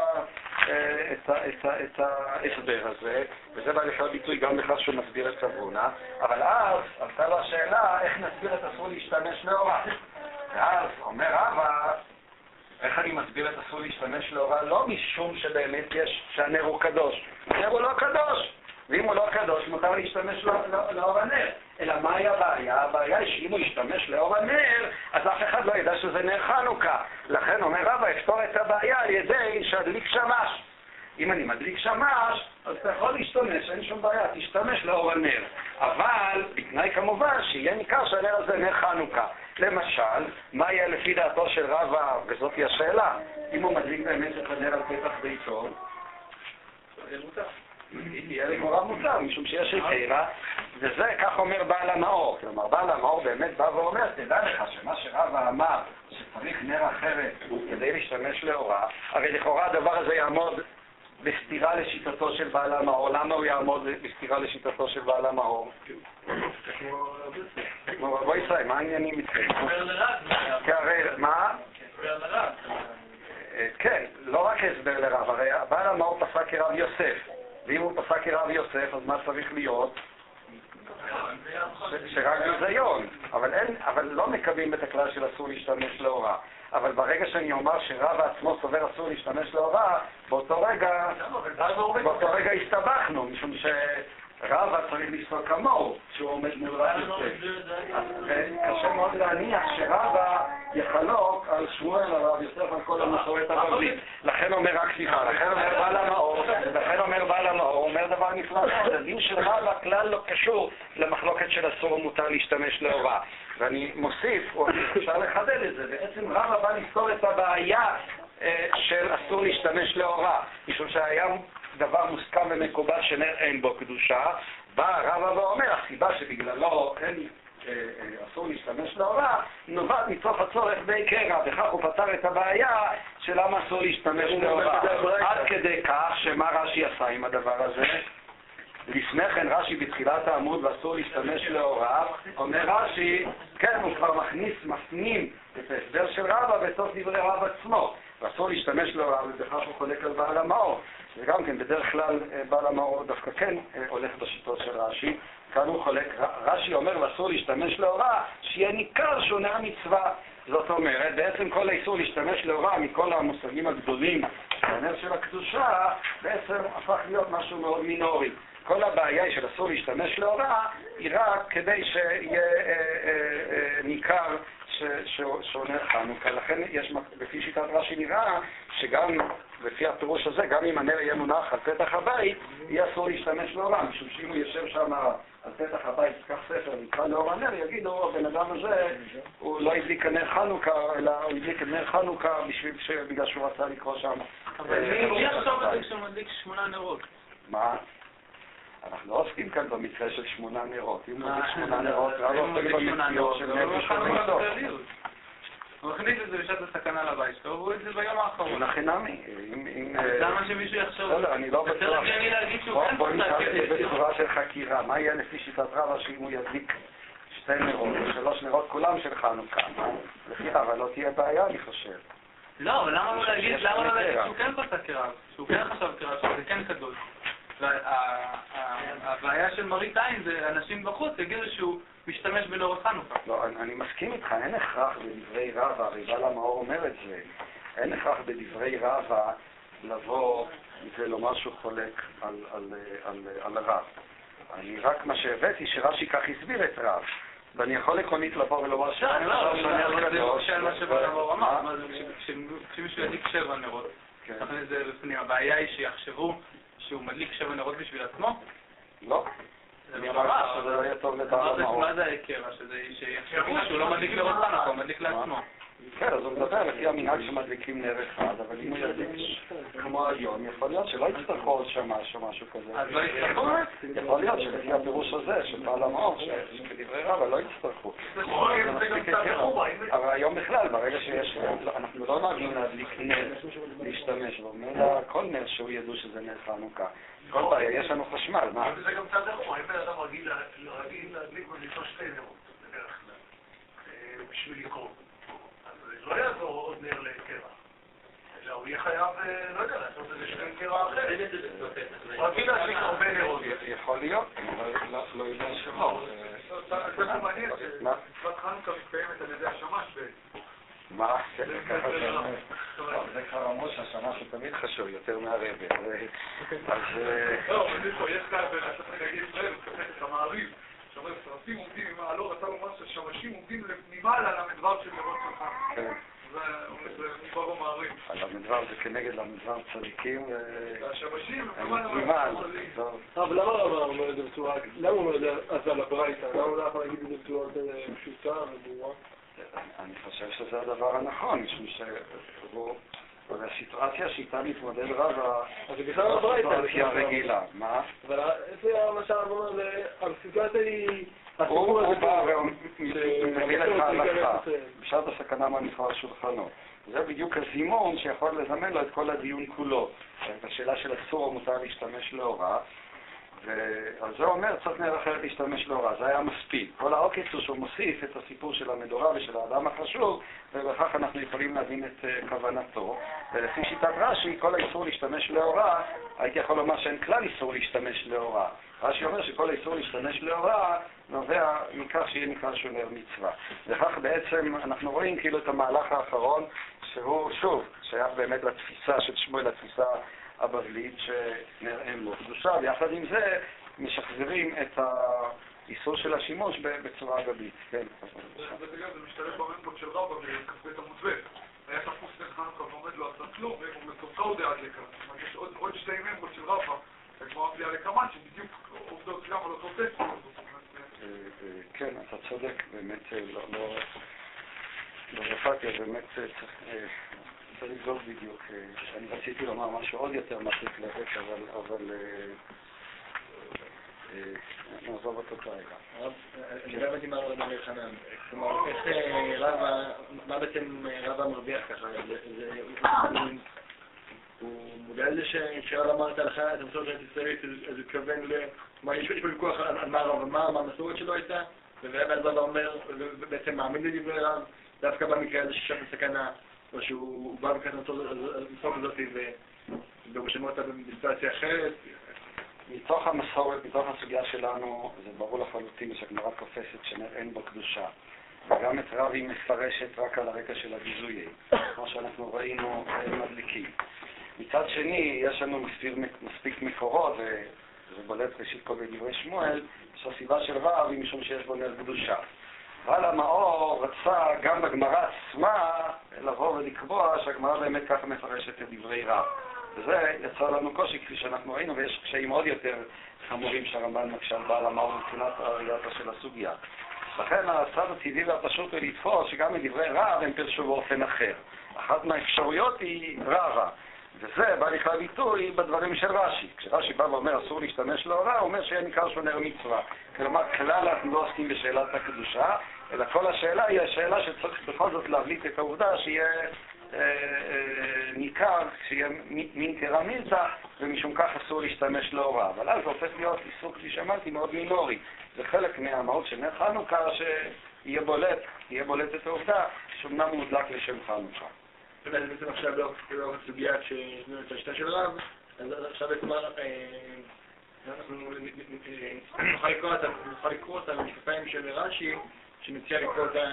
את ההסבר הזה, וזה בא לפי הביטוי גם בכך שהוא מסביר את סבונה, אבל אז עלתה לו השאלה איך נסביר את אסור להשתמש לאורה. ואז אומר רבא, איך אני מסביר את אסור להשתמש לאורה? לא משום שבאמת יש שהנר הוא קדוש. הנר הוא לא קדוש. ואם הוא לא קדוש, מותר להשתמש לאור הנר. אלא מהי הבעיה? הבעיה היא שאם הוא ישתמש לאור הנר, אז אף אחד לא ידע שזה נר חנוכה. לכן אומר רבא, אפתור את הבעיה על ידי שאדליק שמש. אם אני מדליק שמש, אז אתה יכול להשתמש, אין שום בעיה, תשתמש לאור הנר. אבל, בתנאי כמובן, שיהיה ניכר שהנר הזה נר חנוכה. למשל, מה יהיה לפי דעתו של רבא, וזאת היא השאלה, אם הוא מדליק באמת את הנר על פתח ביתו, זה מותר. יהיה לכאורה מותר, משום שיש עיקרה, וזה כך אומר בעל המאור. כלומר, בעל המאור באמת בא ואומר, תדע לך שמה שרבא אמר, שצריך נר אחרת כדי להשתמש לאורה, הרי לכאורה הדבר הזה יעמוד בסתירה לשיטתו של בעל המאור. למה הוא יעמוד בסתירה לשיטתו של בעל המאור? בואי ישראל, מה העניינים איתכם? מה? כן, לא רק הסבר לרב, הרי בעל המאור פסק כרב יוסף. ואם הוא פסק כרב יוסף, אז מה צריך להיות? שרק ביזיון, אבל לא מקבלים את הכלל של אסור להשתמש להוראה. אבל ברגע שאני אומר שרב עצמו סובר אסור להשתמש להוראה, באותו רגע הסתבכנו, משום שרב צריך לפסוק כמוהו, שהוא עומד מול רב יוסף. אז קשה מאוד להניח שרב יחלוק על שמואל הרב יוסף על כל המסורת הבבלית. לכן אומר בעל המאור, אומר דבר נפלא, הדין של רב הכלל לא קשור למחלוקת של אסור ומותר להשתמש להוראה. ואני מוסיף, או אפשר לחדד את זה, בעצם רב בא לפתור את הבעיה של אסור להשתמש להוראה, משום שהיה דבר מוסכם ומקובל שנר אין בו קדושה, בא רב ואומר, הסיבה שבגללו אין אסור להשתמש להוראה, נובעת מתוך הצורך בעיקרה, וכך הוא פתר את הבעיה של למה אסור להשתמש להוראה. עד כדי כך שמה רש"י עשה עם הדבר הזה? לפני כן רש"י בתחילת העמוד ואסור להשתמש להוראה, אומר רש"י, כן, הוא כבר מפנים את ההסבר של רבא בתוך דברי רב עצמו, ואסור להשתמש להוראה, ובכך הוא חולק על בעל המאור. וגם כן, בדרך כלל בעל המאור דווקא כן הולך בשיטות של רש"י, כאן הוא חולק, רש"י אומר ואסור להשתמש להוראה, שיהיה ניכר שונה המצווה. זאת אומרת, בעצם כל האיסור להשתמש להוראה מכל המושגים הגדולים בנר של הקדושה, בעצם הפך להיות משהו מאוד מינורי. כל הבעיה של אסור להשתמש להוראה היא רק כדי שיהיה ניכר שעונה חנוכה. לכן יש, לפי שיטת רש"י נראה שגם לפי הפירוש הזה, גם אם הנר יהיה מונח על פתח הבית, יהיה אסור להשתמש להוראה, משום שאם הוא יושב שם על פתח הבית, כך ספר, נקרא לאור הנר, יגידו, הבן אדם הזה הוא לא הדליק נר חנוכה, אלא הוא הדליק נר חנוכה בגלל שהוא רצה לקרוא שם. אבל מי יחשוב את זה כשהוא מדליק 8 נרות? מה? אנחנו לא עוסקים כאן במקרה של 8 נרות. אם הוא מדליק 8 נרות, לא עוסקים במקרה של נפש של ביתו. הוא הכניס את זה בשעת הסכנה לבית שלו, והוא את זה ביום האחרון. לכן נמי. למה שמישהו יחשוב? לא, אני לא בטוח. בוא ניקח את זה בצורה של חקירה. מה יהיה לפי שיטת רבא שאם הוא ידליק 2 נרות או 3 נרות, כולם של חנוכה? לפי רבא לא תהיה בעיה, אני חושב. לא, אבל למה לא להגיד שהוא כן פסק כרב, שהוא כן חשב כרב, שזה כן קדוש? והבעיה של מראית עין זה אנשים בחוץ יגידו שהוא משתמש בנרות חנוכה. לא, אני מסכים איתך, אין הכרח בדברי רבא, הרי בעל המאור אומר את זה, אין הכרח בדברי רבא לבוא ולומר שהוא חולק על הרב. אני רק מה שהבאתי שרש"י כך הסביר את רב, ואני יכול עקרונית לבוא ולומר מה שבעל המאור אמר, כשמישהו ידליק 7 נרות, לכן זה לפני, הבעיה היא שיחשבו שהוא מדליק 7 נרות בשביל עצמו? לא. אני אמר שזה לא יהיה טוב לבעל המאור. מה זה הקרע? שיחשבו שהוא לא מדליק לרות חנוכה, הוא מדליק לעצמו. כן, אז הוא מדבר לפי המנהג שמדליקים נר אחד, אבל אם הוא ידליק כמו היום, יכול להיות שלא יצטרכו עוד שמש או משהו כזה. אז לא יצטרכו? יכול להיות שלפי הפירוש הזה, של בעל המאור, שכדברי רבא לא יצטרכו. אבל היום בכלל, ברגע שיש, אנחנו לא נוהגים להדליק נר, להשתמש בו, אלא כל נר שהוא ידעו שזה נר חנוכה. כל בעיה, יש לנו חשמל, מה? זה גם צד אחורה, אם בן אדם רגיל להדליק ולתו 2 נרות, בדרך כלל, בשביל לקרוא. אז לא יעזור עוד נר לקרע. אלא הוא יהיה חייב, לא יודע, לעשות איזה שני קרע אחר. הוא רגיל להדליק הרבה נרות. יכול להיות, אבל לא יודע שלא. זה מעניין, שמצוות חנוכה מתקיימת על ידי השמש בעצם. מה? זה כבר אמרו שהשמש הוא תמיד חשוב יותר מהרבה. לא, אבל יש כאן, ואתה תגיד ישראל, תפתח את המעריב, שאומר, שרפים עומדים ממעלו, רצה לומר ששמשים עומדים ממעלה על המדבר של נרות שלך. זה מדבר המעריב. על המדבר זה כנגד המדבר צדיקים. השמשים, אבל למה הוא אומר את זה בצורה, למה הוא אומר את זה אז על הברייתא? למה הוא לא יכול להגיד את זה בצורה פשוטה וברורה? אני חושב שזה הדבר הנכון, משום שהוא, בסיטואציה שאיתה מתמודד רבא, הסיטואציה הרגילה. מה? אבל איפה מה שהרב אומר, הסיטואציה היא... הוא בא ומביא לך הלכה, בשעת הסכנה מניחה על שולחנו. זה בדיוק הזימון שיכול לזמן לו את כל הדיון כולו. את השאלה של אסור או מותר להשתמש להוראה, ועל זה אומר, צריך נר אחרת להשתמש לאורה, זה היה מספיק. כל העוקץ הוא שהוא מוסיף את הסיפור של המדורה ושל האדם החשוב, ובכך אנחנו יכולים להבין את כוונתו. ולפי שיטת רש"י, כל האיסור להשתמש לאורה, הייתי יכול לומר שאין כלל איסור להשתמש לאורה. רש"י אומר שכל האיסור להשתמש לאורה נובע מכך שיהיה נקרא שהוא נר מצווה. וכך בעצם אנחנו רואים כאילו את המהלך האחרון, שהוא שוב שייך באמת לתפיסה של שמואל, לתפיסה הבבלית שנר אין לו קדושה, ויחד עם זה משחזרים את האיסור של השימוש בצורה גבית. כן. זה משתלב במנבוט של רבא בכ"ב עמוד ב'. היה תפוס בן חנוכה ועומד לו עשה כלום, ומתוצאו עוד עד לכאן. זאת אומרת, יש עוד שתי מנבוט של רבא, כמו אבליה לקמן, שבדיוק עובדות גם על אותו טקסט. כן, אתה צודק, באמת לא רפאתי, באמת צריך לבדוק בדיוק. אני רציתי לומר משהו עוד יותר מרחיק לכת, אבל נעזוב אותו כרגע. אני לא הבנתי מה רבא חנן. כלומר, איך מה בעצם רבא מרוויח ככה? הוא מודע לזה שרב אמר את ההלכה, את המסורת הישראלית, אז הוא התכוון כלומר, יש פה ויכוח על מה רב אמר, מה המסורת שלו הייתה, ואז רבא אומר, ובעצם מאמין לדברי רב, דווקא במקרה הזה ששם בסכנה, או שהוא בא בכתנתו למסורת הזאת, והוא שמע אותה בסיטואציה אחרת. מתוך המסורת, מתוך הסוגיה שלנו, זה ברור לחלוטין שהגמרא תופסת שנר אין בו קדושה. וגם את רב היא מפרשת רק על הרקע של הביזויי, כמו שאנחנו ראינו מדליקים. מצד שני, יש לנו מספיק מקורות, וזה בולט ראשית כל בדברי שמואל, שהסיבה של רב היא משום שיש בו נר קדושה. אבל המאור רצה גם בגמרא עצמה לבוא ולקבוע שהגמרא באמת ככה מפרשת את דברי רב. וזה יצא לנו קושי כפי שאנחנו ראינו, ויש קשיים עוד יותר חמורים שהרמב"ן מקשה על בעל המאור מבחינת הראייתה של הסוגיה. לכן הצד הטבעי והפשוט הוא לתפוס שגם מדברי רב הם פרשו באופן אחר. אחת מהאפשרויות היא רבא, וזה בא לכלל ביטוי בדברים של רש"י. כשרש"י בא ואומר אסור להשתמש לאורה, הוא אומר שיהיה ניכר שהוא נר מצווה. כלומר, כלל אנחנו לא עוסקים בשאלת הקדושה, אלא כל השאלה היא השאלה שצריך בכל זאת להבליט את העובדה שיהיה ניכר, שיהיה מין קרמילתא, ומשום כך אסור להשתמש לאורה. אבל אז זה הופך להיות איסור, כפי שאמרתי, מאוד מינורי. זה חלק מהמהות של נר חנוכה, שיהיה בולט את העובדה, שאומנם מודלק לשם חנוכה. אז בעצם עכשיו לאור הסוגיה שנראה את השתה של רב, אז עכשיו בעצם אנחנו נוכל לקרוא אותה במשקפיים של רש"י, שמציע לקרוא אותה...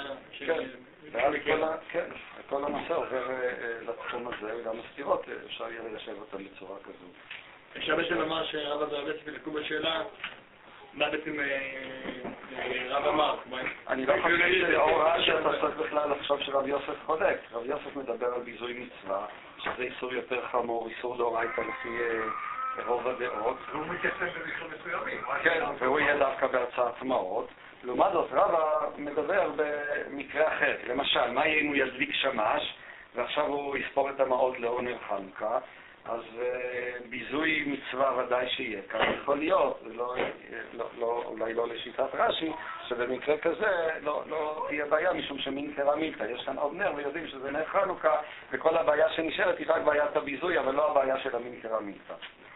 כן, כל הנושא עובר לתחום הזה, וגם הסתירות אפשר יהיה לשב אותם בצורה כזו. אפשר בעצם לומר שרב והרב יוסף ילקו בשאלה, מה בעצם רב אמר? אני לא חושב שלאור רש"י אתה צריך בכלל לחשוב שרב יוסף חולק. רב יוסף מדבר על ביזוי מצווה, שזה איסור יותר חמור, איסור דאורייתא לפי רוב הדעות. והוא מתייצב במקרים מסוימים. כן, והוא יהיה דווקא בהרצאת מעות. לעומת זאת, רבא מדבר במקרה אחר. למשל, מה יהיה אם הוא ידליק שמש, ועכשיו הוא יספור את המעות לאור נר חנוכה, אז ביזוי מצווה ודאי שיהיה. כאן יכול להיות, אולי לא לשיטת רש"י, שבמקרה כזה לא תהיה בעיה משום שמין קרמילתא. יש כאן עוד נר ויודעים שזה נר חנוכה, וכל הבעיה שנשארת היא רק בעיית הביזוי, אבל לא הבעיה של המין קרמילתא.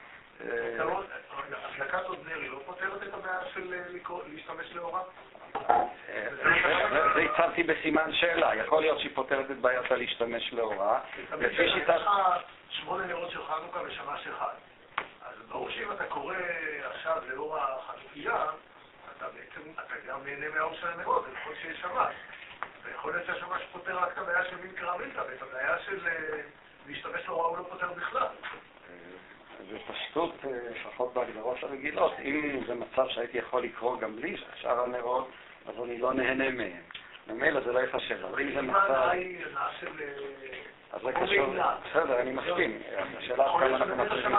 הדלקת עוד נר היא לא פותרת את הבעיה של להשתמש לאורה? זה הצבתי בסימן שאלה. יכול להיות שהיא פותרת את בעיית להשתמש לאורה. לפי שיטת... 8 נרות של חנוכה ושמש אחד. אז ברור שאם אתה קורא עכשיו לאור החנוכיה, אתה גם נהנה מהאור של הנרות, זה יכול שיש שמש. ויכול להיות שהשמש פותר רק את הבעיה של מין קרמילתא, ואת הבעיה של להשתמש לאורה הוא לא פותר בכלל. זה פשטות, לפחות בהגדרות הרגילות. אם זה מצב שהייתי יכול לקרוא גם בלי שאר הנרות, אז אני לא נהנה מהם. ממילא זה לא יחשב. אבל אם זה מצב... אז זה קשור... בסדר, אני מסכים. השאלה כמה אנחנו מסכים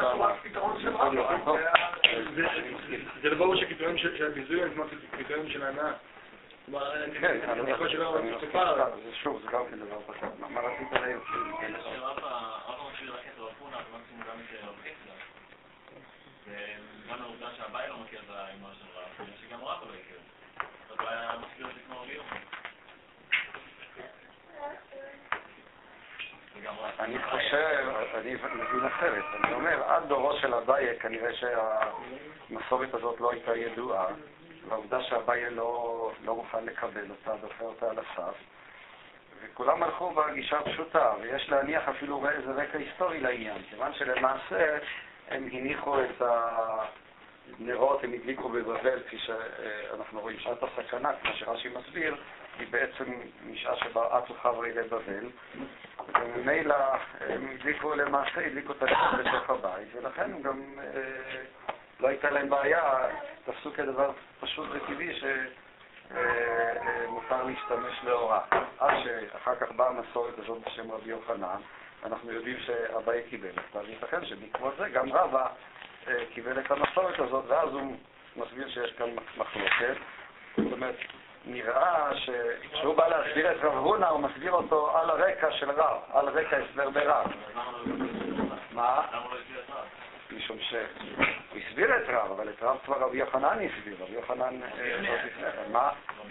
זה לא ברור שהקריטריונים של הביזוי הם כמו קריטריונים של ההנאה. כן, אני חושב שלא... שוב, זה גם כן דבר פשוט. מה רצית להעיר? הרב משאיר רק את רב חונה, אז מקסימום גם את רב חיסדא. וגם העובדה שהבית לא מכיר את האמרה של רב, שגם רב לא יכיר. אז הוא היה מסביר את זה כמו רבי יוחנן. אני חושב, אני מבין אחרת, אני אומר, עד דורו של אביי כנראה שהמסורת הזאת לא הייתה ידועה, והעובדה שאביי לא מוכן לקבל אותה, דוחה אותה על הסף, וכולם הלכו בגישה פשוטה, ויש להניח אפילו איזה רקע היסטורי לעניין, כיוון שלמעשה הם הניחו את הנרות, הם הדליקו בבבל, כפי שאנחנו רואים, שעת הסכנה, כמו שרש"י מסביר, היא בעצם משעה שבה עטו חברי לבבל, וממילא הם הדליקו את הנרות בתוך הבית, ולכן גם לא הייתה להם בעיה, תפסו כדבר פשוט וטבעי שמותר להשתמש לאורה. עד שאחר כך באה המסורת הזאת בשם רבי יוחנן, אנחנו יודעים שאביי קיבל אותה, וייתכן שבעקבות זה גם רבא קיבל את המסורת הזאת, ואז הוא מסביר שיש כאן מחלוקת. זאת אומרת, נראה שכשהוא בא להסביר את רב הונא, הוא מסביר אותו על הרקע של רב, על רקע הסבר ברב. מה? למה לא הסביר את רב? משום שהוא הסביר את רב, אבל את רב כבר רבי יוחנן הסביר, רבי יוחנן מה?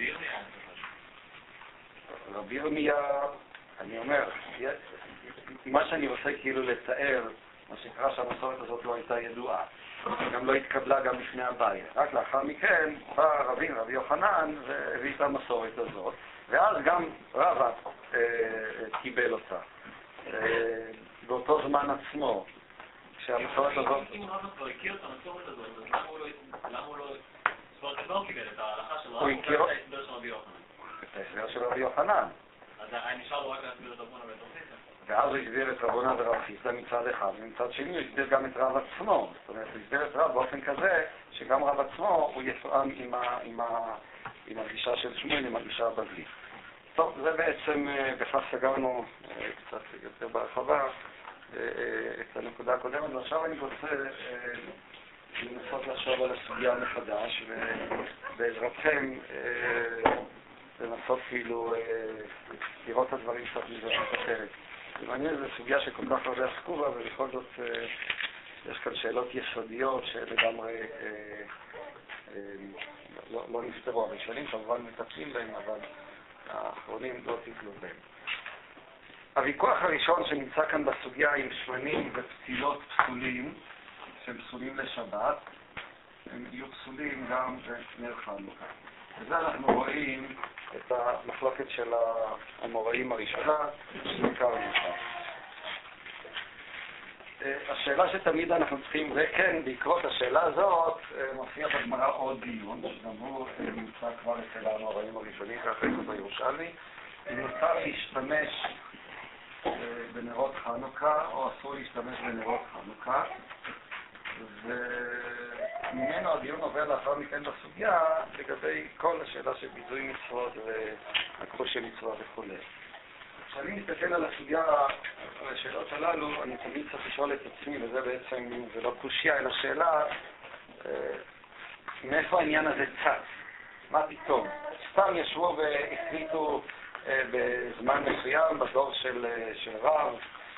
רבי ירמיה, אני אומר, מה שאני רוצה כאילו לתאר, מה שקרה שהמסורת הזאת לא הייתה ידועה, גם לא התקבלה גם לפני אביי. רק לאחר מכן בא רבי יוחנן והביא את המסורת הזאת, ואז גם רבא קיבל אותה. באותו זמן עצמו, כשהמסורת הזאת... אם רבא כבר הכיר את המסורת הזאת, אז למה הוא לא... זאת אומרת, לא קיבל את ההלכה של רבא, הוא קיבל את ההסבר של רבי יוחנן. את ההסבר של רבי יוחנן. אז נשאר לו רק להסביר את רב הונא ואת רב חיסדא. ואז הוא הסביר את רב הונא ורב חיסדא מצד אחד, ומצד שני הוא הסביר גם את רב עצמו. זאת אומרת, הוא הסביר את רב באופן כזה, שגם רב עצמו הוא יתואם עם הגישה של שמואל, עם הגישה הבבלית. טוב, זה בעצם, בכך סגרנו קצת יותר בהרחבה את הנקודה הקודמת, ועכשיו אני רוצה לנסות לחשוב על הסוגיה מחדש, ובעזרתכם לנסות כאילו לראות את הדברים קצת מזווית אחרת. מעניין, זו סוגיה שכל כך הרבה עסקו בה, ובכל זאת יש כאן שאלות יסודיות שלגמרי לא נפתרו. הראשונים כמובן מטפלים בהם, אבל האחרונים לא טיפלו בהם. הוויכוח הראשון שנמצא כאן בסוגיה עם שמנים ופתילות פסולים, שהם פסולים לשבת, הם יהיו פסולים גם בנר חנוכה. וזה אנחנו רואים את המחלוקת של האמוראים הראשונה, שהזכרנו אותה. השאלה שתמיד אנחנו צריכים, וכן, בעקבות השאלה הזאת, מופיע בגמרא עוד דיון, שגם הוא נמצא כבר אצל האמוראים הראשונים, ככה יש בירושלמי, אם מותר להשתמש בנרות חנוכה, או אסור להשתמש בנרות חנוכה, וממנו הדיון עובר לאחר מכן בסוגיה לגבי כל השאלה של ביזוי מצוות והכחוש של מצווה וכו'. כשאני מסתכל על הסוגיה, על השאלות הללו, אני תמיד צריך לשאול את עצמי, וזה בעצם, זה לא קושיה, אלא שאלה, מאיפה העניין הזה צץ? מה פתאום? סתם ישבו והחליטו בזמן מסוים, בדור של רב,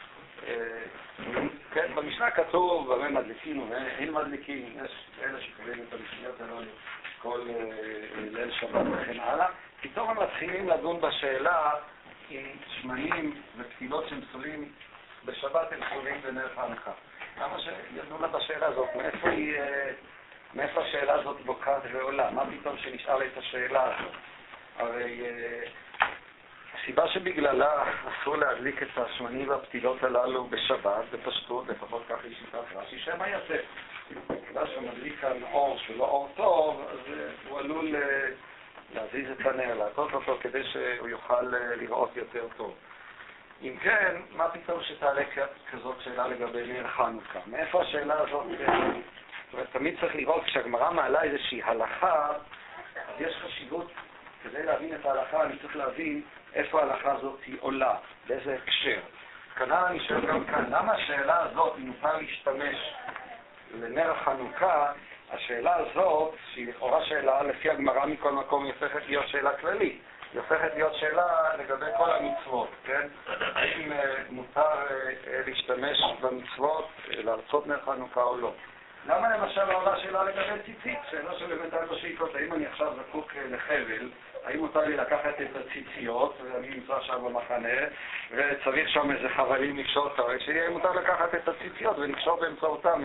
כן, במשנה כתוב, הרי מדליקים ואין מדליקים, יש אלה שקוראים את המשניות הללו כל ליל שבת וכן הלאה. פתאום הם מתחילים לדון בשאלה אם שמנים ופתילות שהם פסולים בשבת הם פסולים בנר חנוכה. למה שידעו לה בשאלה הזאת? מאיפה השאלה הזאת בוקעת ועולה? מה פתאום שנשאל את השאלה הזאת? הרי הסיבה שבגללה אסור להדליק את השמנים והפתילות הללו בשבת, בפשטות, לפחות כך היא שיטת רש"י, שמא יצא. בגלל שמדליק כאן אור שלא אור טוב, אז הוא עלול להזיז את הנר, להטות אותו כדי שהוא יוכל לראות יותר טוב. אם כן, מה פתאום שתעלה כזאת שאלה לגבי נר חנוכה? מאיפה השאלה הזאת? זאת אומרת, תמיד צריך לראות, כשהגמרא מעלה איזושהי הלכה, אז יש חשיבות, כדי להבין את ההלכה, אני צריך להבין איפה ההלכה הזאת היא עולה, באיזה הקשר. כנ"ל אני שואל גם כאן, למה השאלה הזאת, אם נוכל להשתמש לנר החנוכה, השאלה הזאת, שהיא לכאורה שאלה לפי הגמרא מכל מקום, היא הופכת להיות שאלה כללית. היא הופכת להיות שאלה לגבי כל המצוות, כן? האם מותר להשתמש במצוות, לעשות נר חנוכה או לא. למה למשל עולה שאלה לגבי ציצית? שאלה שבאמת היה בשאיפות, האם אני עכשיו זקוק לחבל, האם מותר לי לקחת את הציציות, ואני נמצא שם במחנה, וצריך שם איזה חבלים לקשור את האוהל, שיהיה מותר לקחת את הציציות ולקשור באמצעותם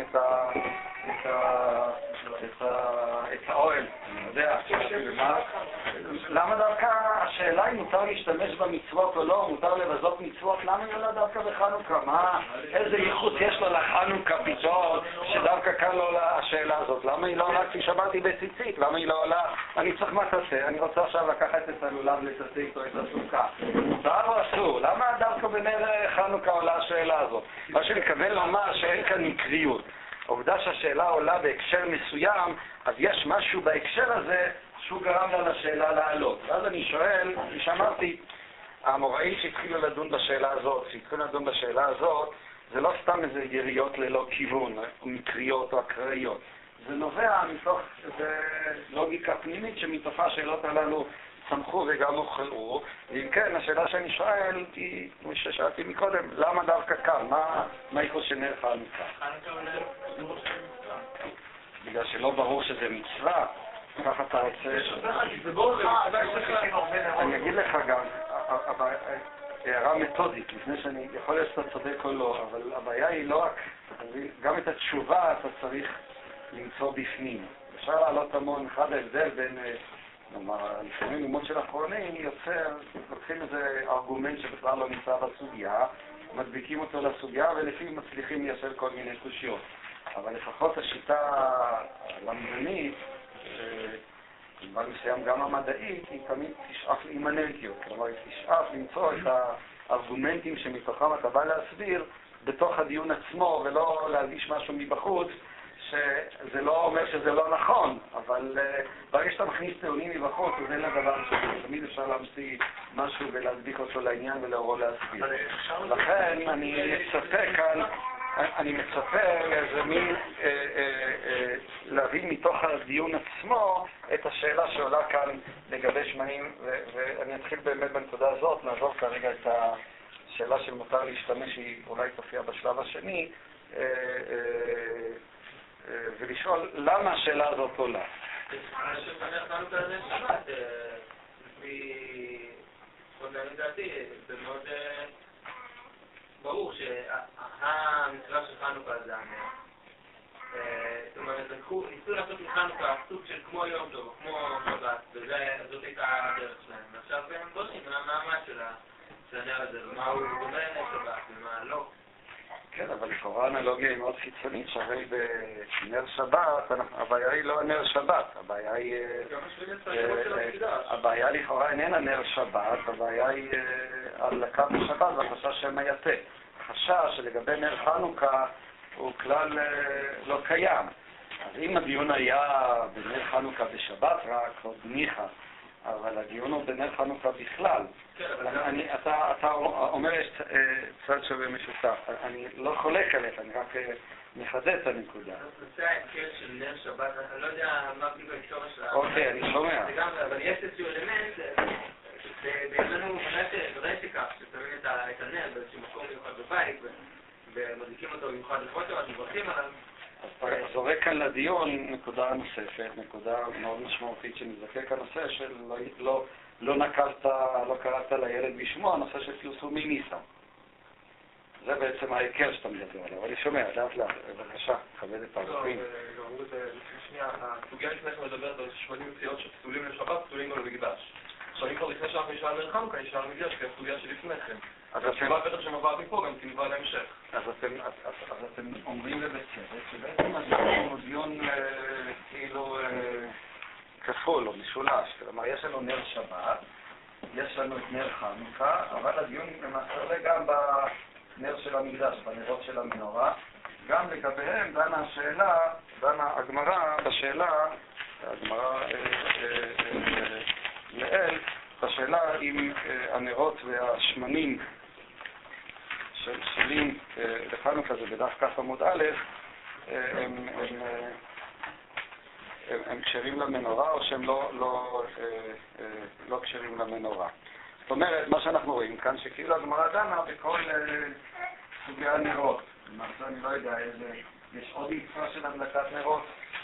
את האוהל. אני יודע, למה דווקא השאלה היא מותר להשתמש במצוות או לא, מותר לבזות מצוות, למה היא עולה דווקא בחנוכה? איזה ייחוד יש לו לחנוכה פתאום, שדווקא כאן לא עולה השאלה הזאת? למה היא לא עולה כפי שאמרתי בציצית? למה היא לא עולה? אני צריך מטאטא, אני רוצה עכשיו לקחת את הלולב לטאטא איתו את הסוכה. מותר או אסור? למה דווקא בנר חנוכה עולה השאלה הזאת? מה שמתכוון לומר שאין כאן מקריות. העובדה שהשאלה עולה בהקשר מסוים, אז יש משהו בהקשר הזה שהוא גרם לה לשאלה לעלות. ואז אני שואל, כפי שאמרתי, האמוראים שהתחילו לדון בשאלה הזאת, זה לא סתם איזה יריות ללא כיוון, או מקריות או אקראיות. זה נובע מתוך לוגיקה פנימית שמתוכה השאלות הללו צמחו וגם הוכרעו. ואם כן, השאלה שאני שואל היא, כמו ששאלתי מקודם, למה דווקא כאן? מה ייחוד שנר חנוכה? בגלל שלא ברור שזה מצווה, ככה אתה רוצה... אני אגיד לך גם, הערה מתודית, לפני שאני יכול להיות שאתה צודק או לא, אבל הבעיה היא לא רק, גם את התשובה אתה צריך למצוא בפנים. אפשר לעלות המון, אחד ההבדל בין, לפעמים לימוד של אחרונים יוצר, לוקחים איזה ארגומנט שבכלל לא נמצא בסוגיה, מדביקים אותו לסוגיה ולפעמים מצליחים לייצר כל מיני קושיות. אבל לפחות השיטה הלמדנית, במובן מסוים גם המדעית, היא תמיד תשאף לאימננטיות, כלומר היא תשאף למצוא את הארגומנטים שמתוכם אתה בא להסביר בתוך הדיון עצמו, ולא להגיש משהו מבחוץ, שזה לא אומר שזה לא נכון, אבל ברגע שאתה מכניס טיעונים מבחוץ, אז אין לדבר שתמיד אפשר להמציא משהו ולהדביק אותו לעניין ולאורו להסביר. לכן אני מצפה לאיזה מין להביא מתוך הדיון עצמו את השאלה שעולה כאן לגבי שמנים, ואני אתחיל באמת בנקודה הזאת, נעזוב כרגע את השאלה של מותר להשתמש, היא אולי תופיע בשלב השני, ולשאול למה השאלה הזאת עולה. אני חושב חנוכה זה שבת, לפי עוד לדעתי, זה מאוד ברור שהמצווה של חנוכה זה הנר. זאת אומרת, ניסו לעשות מחנוכה סוג של כמו יום טוב, כמו שבת, וזאת הייתה הדרך שלהם. ועכשיו הם דורשים מה המעמד של הנר הזה, ומה הוא דומה לשבת ומה לא. כן, אבל לכאורה האנלוגיה היא מאוד חיצונית, שהרי בנר שבת, הבעיה היא לא הנר שבת, הבעיה לכאורה איננה נר שבת, הבעיה היא הדלקה בשבת והחשש שמא יתה. החשש שלגבי נר חנוכה הוא כלל לא קיים. אז אם הדיון היה בנר חנוכה בשבת רק, עוד ניחא, אבל הדיון הוא בנר חנוכה בכלל. אתה אומר יש צד שווה משותף. אני לא חולק עליך, אני רק מחדד את הנקודה. זה ההקשר של נר שבת, אני לא יודע מה בדיוק ההיסטוריה שלה. אוקיי, אני שומע. אבל יש איזשהו אלמנט, בימינו בוודאי שכך, ששמים את הנר באיזשהו מקום מיוחד בבית, ומדליקים אותו במיוחד לכל שבת, מברכים עליו. אז זורק כאן לדיון נקודה נוספת, נקודה מאוד משמעותית שנזקק הנושא של לא קראת לילד בשמו, הנושא של פרסומי ניסה. זה בעצם ההיכר שאתה מדבר עליו, אבל אני שומע, לאט לאט, בבקשה, כבד את האורחים. שנייה, הסוגיה לפני שמדברת על 80 פציעות שפסולים לשבת, פסולים לו למקדש. עכשיו, אם כבר לפני שאנחנו נשאר נר חנוכה, נשאר מקדש, כי הסוגיה שלפני כן. אז התשובה בטח שמבאה מפה גם תנבא להמשך. אז אתם אומרים לבצדק שבעצם הדיון הוא דיון כאילו כפול או משולש. כלומר, יש לנו נר שבת, יש לנו את נר חנוכה, אבל הדיון למעשה עולה גם בנר של המקדש, בנרות של המנורה. גם לגביהם דנה הגמרא בשאלה, הגמרא לאל, בשאלה אם הנרות והשמנים שלים לחנוכה, זה בדף כף עמוד א', הם קשרים למנורה או שהם לא קשרים למנורה. זאת אומרת, מה שאנחנו רואים כאן, שכאילו הגמרא דנה בכל סוגי הנרות. למעשה אני לא יודע איזה יש עוד מצווה של הדלקת נרות?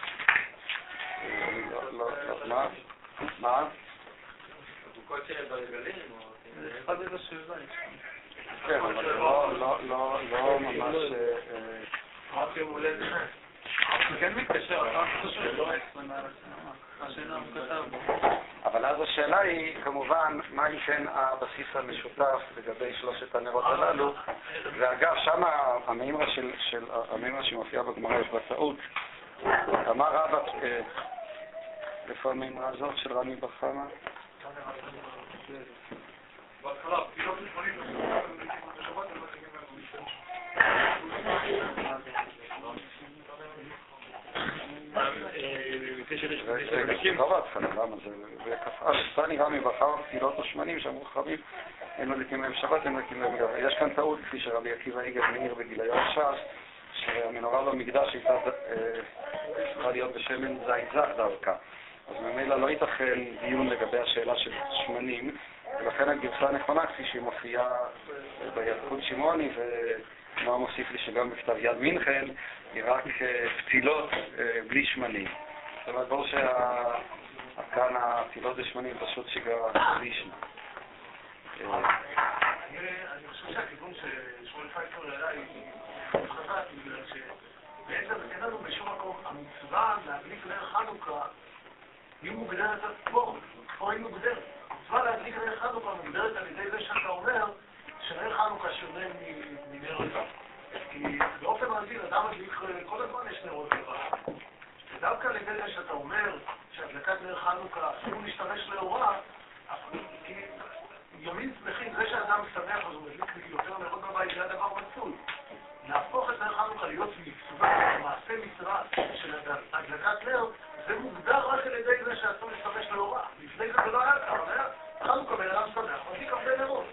מה? מה? אבוקות של ברגלים או... אחד איזה שבעים. כן, אבל לא ממש... רק יום הולדת. כן מתקשר, אבל אז השאלה היא, כמובן, מה אם כן הבסיס המשותף לגבי שלושת הנרות הללו, ואגב, שם המימרה שמופיעה בגמרא יש בטעות. אמר רבא, איפה המימרה הזאת של רמי בר חמא? בהתחלה, פתילות ראשונים, בשבת הם מציגים לנו. לא בהתחלה, למה זה כפעה? סני רמי בר חמא, פתילות ושמנים שאמרו חכמים, הם מדליקים להם שבת, הם מדליקים להם גב. יש כאן טעות, כפי שרבי עקיבא איגר מאיר בגיליון ש"ס, שהמנורה במקדש הייתה צריכה להיות בשמן זית זך דווקא. אז ממילא לא ייתכן דיון לגבי השאלה של שמנים, ולכן הגרסה הנכונה, כפי שהיא מופיעה בילקוט שמעוני, ומה מוסיף לי שגם בכתב יד מינכן, היא רק פתילות בלי שמנים. זאת אומרת, ברור שכאן הפתילות בשמנים פשוט שגרה בלי שמן. אני חושב שהכיוון ששמואל פייפר העלה היא חזק, בגלל שבעצם אין לנו בשום מקום המצווה להדליק נר חנוכה היא מוגדרת פה היא מוגדרת. המצווה להדליק נר חנוכה מוגדרת על ידי זה שאתה אומר שנר חנוכה שונה מנר אחד. כי באופן רגיל אדם מדליק כל הזמן יש נרות לבד. ודווקא על ידי זה שאתה אומר שהדלקת נר חנוכה הוא משתמש לאורה, כי ימים שמחים, זה שאדם שמח אז הוא מדליק יותר נרות בבית, זה הדבר מצוי. להפוך את נר חנוכה להיות מצווה, מעשה מצווה של הדלקת נר, זה מוגדר רק על ידי זה שאסור להשתמש לאורה. לפני זה לא היה ככה, אבל היה חנוכה בן אדם שמח, מדליק הרבה נרות.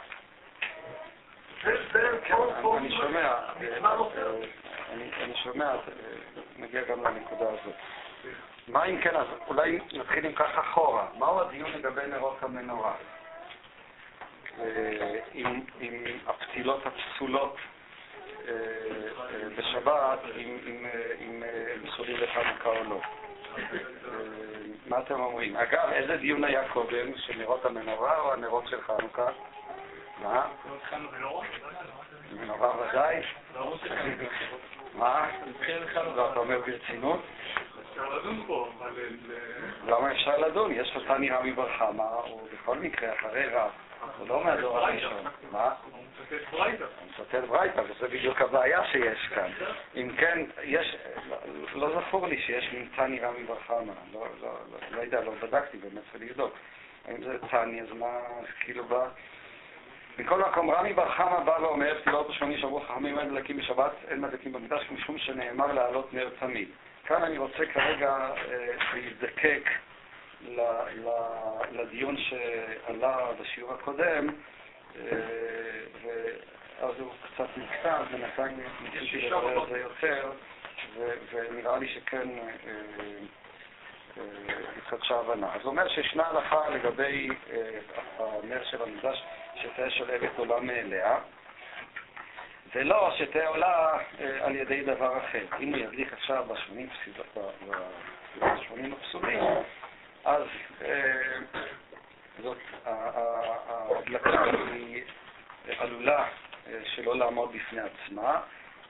אני שומע, נגיע גם לנקודה הזאת. מה אם כן, אז אולי נתחיל עם כך אחורה. מהו הדיון לגבי נרות המנורה? עם הפתילות הפסולות בשבת, אם פסולים לחנוכה או לא. מה אתם אומרים? אגב, איזה דיון היה קודם, של נרות המנורה או הנרות של חנוכה? מה? מנורה ודאי? מה? אתה אומר ברצינות? אפשר לדון פה, אבל... למה אפשר לדון? יש לך תני רמי בר חמא, הוא בכל מקרה אחרי רב. הוא לא מהדור הראשון. מה? הוא מצטט ברייתא. הוא מצטט ברייתא, וזה בדיוק הבעיה שיש כאן. אם כן, לא זכור לי שיש מין תני רמי בר חמא. לא יודע, לא בדקתי באמת, צריך לבדוק. האם זה תני, אז מה, כאילו בא... מכל מקום, רמי בר חמא בא ואומר, פתילות ושמנים שאמרו חכמים אין מדליקים בשבת, אין מדליקים במקדש, משום שנאמר לעלות נר תמיד. כאן אני רוצה כרגע להזדקק לדיון שעלה בשיעור הקודם, ואז הוא קצת נקטע, בינתיים ניסיתי לדבר על זה יותר, ונראה לי שכן התחדשה הבנה. אז הוא אומר שישנה הלכה לגבי הנר של המקדש שתהיה שולבת עולה מאליה, ולא שתהיה עולה על ידי דבר אחר. אם הוא ידליק עכשיו ב-80 הפסולים, אז זאת ההדלקה היא עלולה שלא לעמוד בפני עצמה,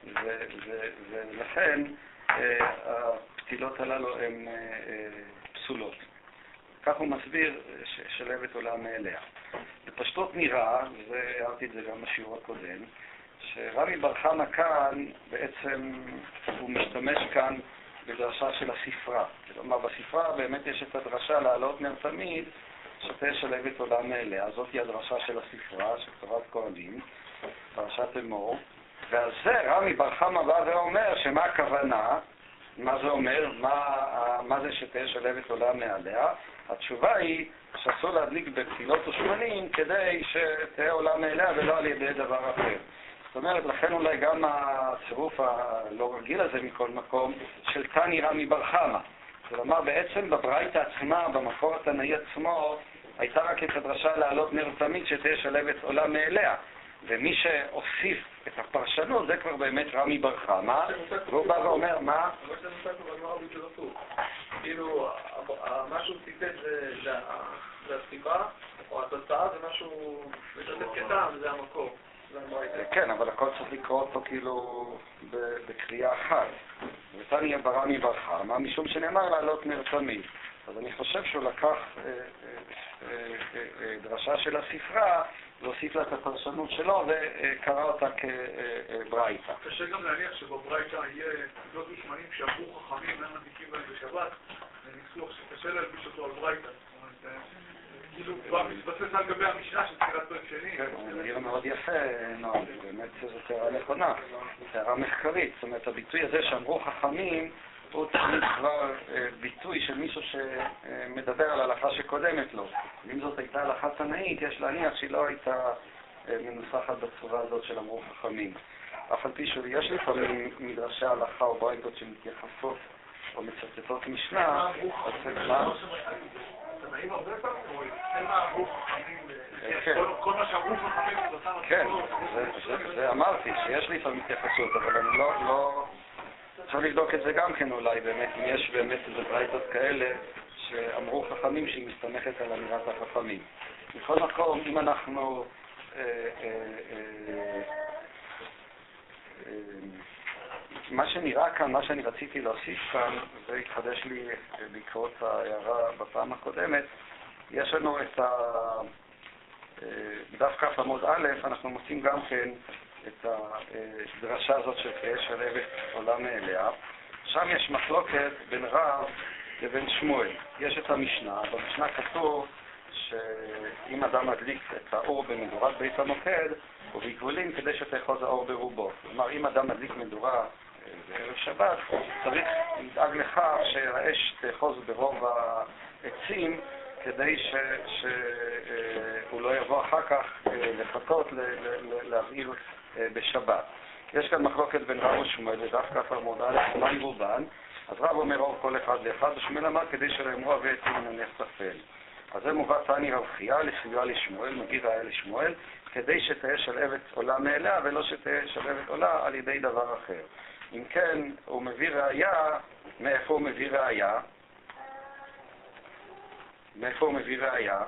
ולכן הפתילות הללו הן פסולות. כך הוא מסביר ששלבת עולה מאליה. בפשטות נראה, והערתי את זה גם בשיעור הקודם, שרמי בר חמא כאן בעצם הוא משתמש כאן בדרשה של הספרה. כלומר, בספרה באמת יש את הדרשה לעלות נר תמיד שתהיה שלבת עולה מאליה. זאת היא הדרשה של הספרה, של כתובת כהנים, פרשת אמור. ועל זה רמי בר חמא בא ואומר שמה הכוונה, מה זה אומר, מה זה שתהיה שלבת עולה מעליה. התשובה היא שאסור להדליק בפתילות ושמנים כדי שתהיה עולה מאליה ולא על ידי דבר אחר. זאת אומרת, לכן אולי גם הצירוף הלא רגיל הזה מכל מקום של תני רמי בר חמא. כלומר, בעצם בברייתא עצמה, במקור התנאי עצמו, הייתה רק את הדרשה לעלות נר תמיד שתהיה שלבת עולה מאליה. ומי שהוסיף את הפרשנות פרשנות, זה כבר באמת רמי בר חמא, והוא בא ואומר, מה? אבל זה נוסף בגמרא בדיוק הפוך. כאילו, מה שהוא ציטט זה הסיבה, או התוצאה, זה משהו משתף כטעם, זה המקור. כן, אבל הכל צריך לקרוא אותו כאילו בקריאה אחת. ותניא ברמי בר חמא, משום שנאמר לעלות נר תמיד. אז אני חושב שהוא לקח דרשה של הספרה, והוסיף לה את הפרשנות שלו וקרא אותה כברייתא. קשה גם להניח שבברייתא יהיה לא דושמנים שאמרו חכמים למה מדליקים בהם בשבת, זה ניסוח שקשה להלביש אותו על ברייתא. כאילו כבר מתבסס על גבי המשנה של תחילת פרק שני. כן, זה נראה מאוד יפה, נועם, באמת זו תיארה נכונה, תיארה מחקרית. זאת אומרת, הביטוי הזה שאמרו חכמים, הוא תמיד כבר ביטוי של מישהו שמדבר על הלכה שקודמת לו. אם זאת הייתה הלכה תנאית, יש להניח שהיא לא הייתה מנוסחת בצורה הזאת של אמרו חכמים. אף על פי שיש לפעמים מדרשי הלכה או ברייתות שמתייחסות או מצטטות משנה, אז מה? תנאים הרבה פעמים, או אין מה אמרו חכמים, כל מה שאמרו חכמים זה אותם... כן, זה אמרתי, שיש לפעמים התייחסות, אבל אני לא... אפשר לבדוק את זה גם כן אולי, באמת, אם יש באמת איזה ברייתות כאלה שאמרו חכמים שהיא מסתמכת על אמירת החכמים. בכל מקום, אם אנחנו... מה שנראה כאן, מה שאני רציתי להוסיף כאן, זה התחדש לי בעקבות ההערה בפעם הקודמת, יש לנו את דף כ' עמוד א', אנחנו מוצאים גם כן את הדרשה הזאת של תהיה שלהבת עולה מאליה. שם יש מחלוקת בין רב לבין שמואל. יש את המשנה, במשנה כתוב שאם אדם מדליק את האור במדורת בית המוקד, הוא בעיגולים כדי שתאחוז האור ברובו. כלומר, אם אדם מדליק מדורה בערב שבת, צריך לדאוג לכך שהאש תאחוז ברוב העצים, כדי שהוא לא יבוא אחר כך לחכות להבעיר בשבת. יש כאן מחלוקת בין רב ושמואל, ודף כ' עמוד א', מה רובן? אז רב אומר אור כל אחד לאחד, ושמואל אמר כדי שלא יאמרו אבי עצים ונניח תפל. אז זה מובא תני רב חייא לסיוע לשמואל, מגיד ראיה לשמואל, כדי שתהיה שלהבת עולה מאליה, ולא שתהיה שלהבת עולה על ידי דבר אחר. אם כן, הוא מביא ראיה, מאיפה הוא מביא ראיה? מאיפה הוא מביא ראיה?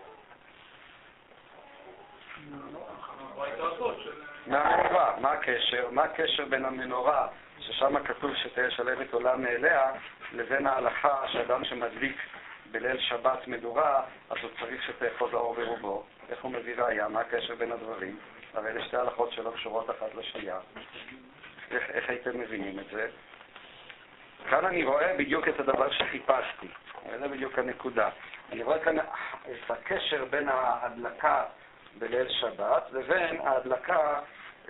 מהמנורה. מה הקשר? מה הקשר בין המנורה, ששם כתוב שתהיה שלהבת עולה מאליה, לבין ההלכה שאדם שמדליק בליל שבת מדורה, אז הוא צריך שתאחוז האור ברובו. איך הוא מביא ראיה? מה הקשר בין הדברים? הרי אלה שתי הלכות שלא קשורות אחת לשנייה. איך הייתם מבינים את זה? כאן אני רואה בדיוק את הדבר שחיפשתי. זה בדיוק הנקודה. אני רואה כאן את הקשר בין ההדלקה בליל שבת לבין ההדלקה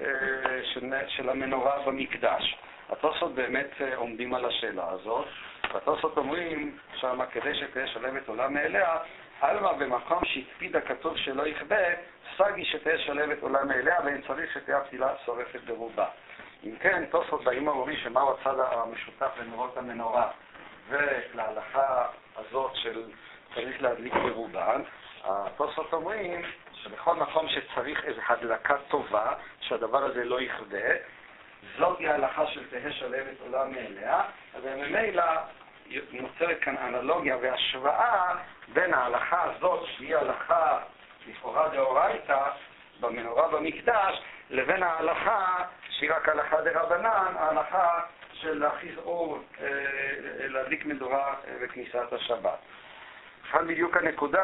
של המנורה במקדש. התוספות באמת עומדים על השאלה הזאת, והתוספות אומרים שמה כדי שתהיה שלהבת עולה מאליה, אלמה במקום שהקפיד הכתוב שלא יכבה, סגי שתהיה שלהבת עולה מאליה, ואין צריך שתהיה הפתילה שורפת ברובה. אם כן, תוספות באים אומרים שמהו הצד המשותף לנורות המנורה ולהלכה הזאת של צריך להדליק ברובן, התוספות אומרים שבכל מקום שצריך איזו הדלקה טובה, שהדבר הזה לא יכבה, זאת היא ההלכה של תהיה שלהבת עולה מאליה, אז ממילא נוצרת כאן אנלוגיה והשוואה בין ההלכה הזאת, שהיא הלכה לכאורה דאורייתא במנורה במקדש, לבין ההלכה שהיא רק הלכה דרבנן, ההלכה של להכניס אור, להדליק מדורה בכניסת השבת. כאן בדיוק הנקודה,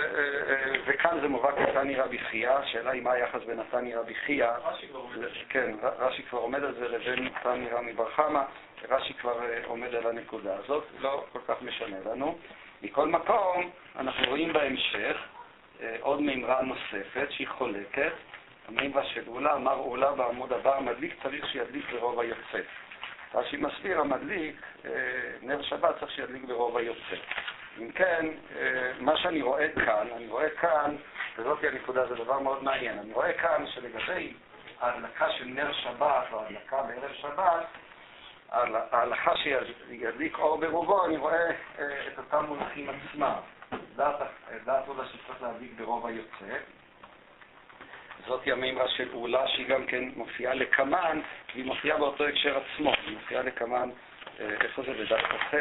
וכאן זה מובא כתני רבי חייא, השאלה היא מה היחס בין תני רבי חייא, כן, רש"י כבר עומד על זה, לבין תני רמי בר חמא, רש"י כבר עומד על הנקודה הזאת, לא כל כך משנה לנו. מכל מקום, אנחנו רואים בהמשך עוד מימרה נוספת שהיא חולקת, המימרה של אולה, אמר אולה בעמוד הבא, המדליק צריך שידליק ברוב היוצא. רש"י מסביר, המדליק, נר שבת צריך שידליק ברוב היוצא. אם כן, מה שאני רואה כאן, וזאת היא הנקודה, זה דבר מאוד מעניין, אני רואה כאן שלגבי ההדלקה של נר שבת, או ההדלקה בערב שבת, ההלכה שידליק אור ברובו, אני רואה את אותם מונחים עצמם. דעת אולה שצריך להדליק ברוב היוצא, זאת המימרה של אולה, שהיא גם כן מופיעה לקמן, והיא מופיעה באותו הקשר עצמו, היא מופיעה לקמן, איפה זה? בדף כ"ח.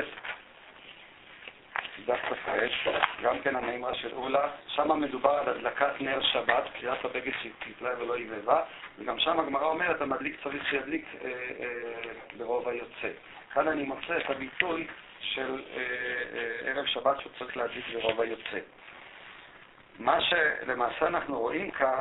דף כ"ח, גם כן המימרה של אולה, שם מדובר על הדלקת נר שבת, קריאת הבגד שתתלה ולא יבבה, וגם שם הגמרא אומרת, המדליק צריך שידליק ברוב היוצא. כאן אני מוצא את הביטוי של ערב שבת שהוא צריך להדליק ברוב היוצא. מה שלמעשה אנחנו רואים כאן,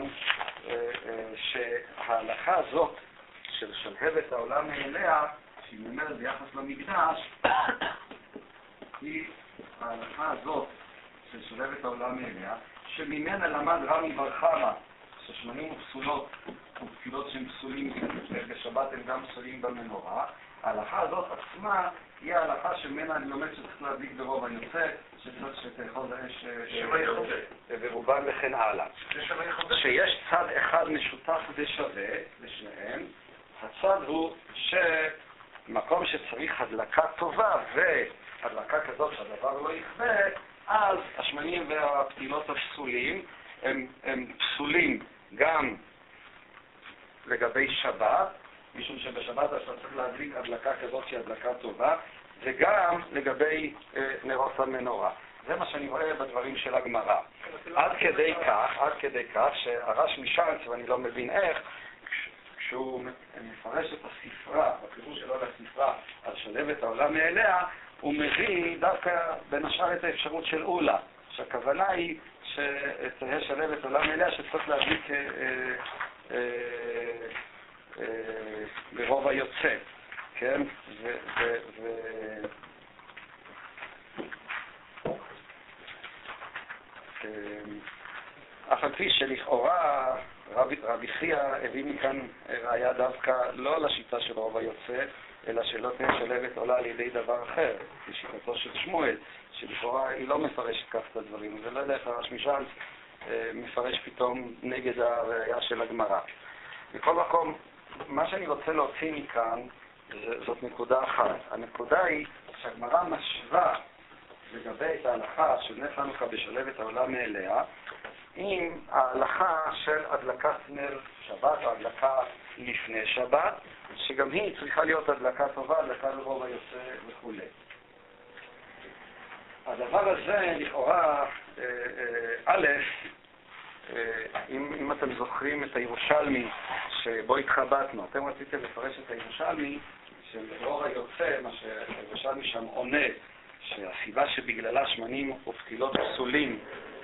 שההלכה הזאת של שלהבת העולם מאליה, שהיא אומרת ביחס למקדש, היא ההלכה הזאת של שלהבת העולם מאליה, שממנה למד רמי בר חמא, ששמנים ופסולות ופתילות שהם פסולים בשבת הם גם פסולים במנורה. ההלכה הזאת עצמה היא ההלכה שממנה אני לומד שצריך להדליק ברוב היוצא, שתאכול האש ורובן וכן הלאה. שיש צד אחד משותף ושווה לשניהם, הצד הוא שמקום שצריך הדלקה טובה והדלקה כזאת שהדבר לא יכבה, אז השמנים והפתילות הפסולים הם פסולים גם לגבי שבת, משום שבשבת אתה צריך להדליק הדלקה כזאת שהיא הדלקה טובה, וגם לגבי נרות המנורה. זה מה שאני רואה בדברים של הגמרא. עד כדי כך שהרש משאנץ, ואני לא מבין איך, כשהוא מפרש את הספרה, בפירוש שלו לספרה, על שלהבת העולם מאליה, הוא מביא דווקא בין השאר את האפשרות של אולה, שהכוונה היא שתהיה שלהבת העולם מאליה שצריך להדליק ברוב היוצא, כן? אף על פי שלכאורה רבי חייא הביא מכאן ראיה דווקא לא לשיטה של רוב היוצא, אלא שלא תהיה שלהבת עולה על ידי דבר אחר, לשיטתו של שמואל, שלכאורה היא לא מפרשת כך את הדברים, ולא יודע איך הרש משאנץ מפרש פתאום נגד הראיה של הגמרא. בכל מקום, מה שאני רוצה להוציא מכאן זאת נקודה אחת. הנקודה היא שהגמרא משווה לגבי את ההלכה של נר חנוכה בשלהבת העולם מאליה עם ההלכה של הדלקת נר שבת או הדלקה לפני שבת, שגם היא צריכה להיות הדלקה טובה, הדלקה לרוב היוצא וכו'. הדבר הזה לכאורה, א', אם אתם זוכרים את הירושלמי שבו התחבטנו, אתם רציתם לפרש את הירושלמי של לאור היוצא, מה שהירושלמי שם עונה, שהסיבה שבגללה שמנים ופתילות פסולים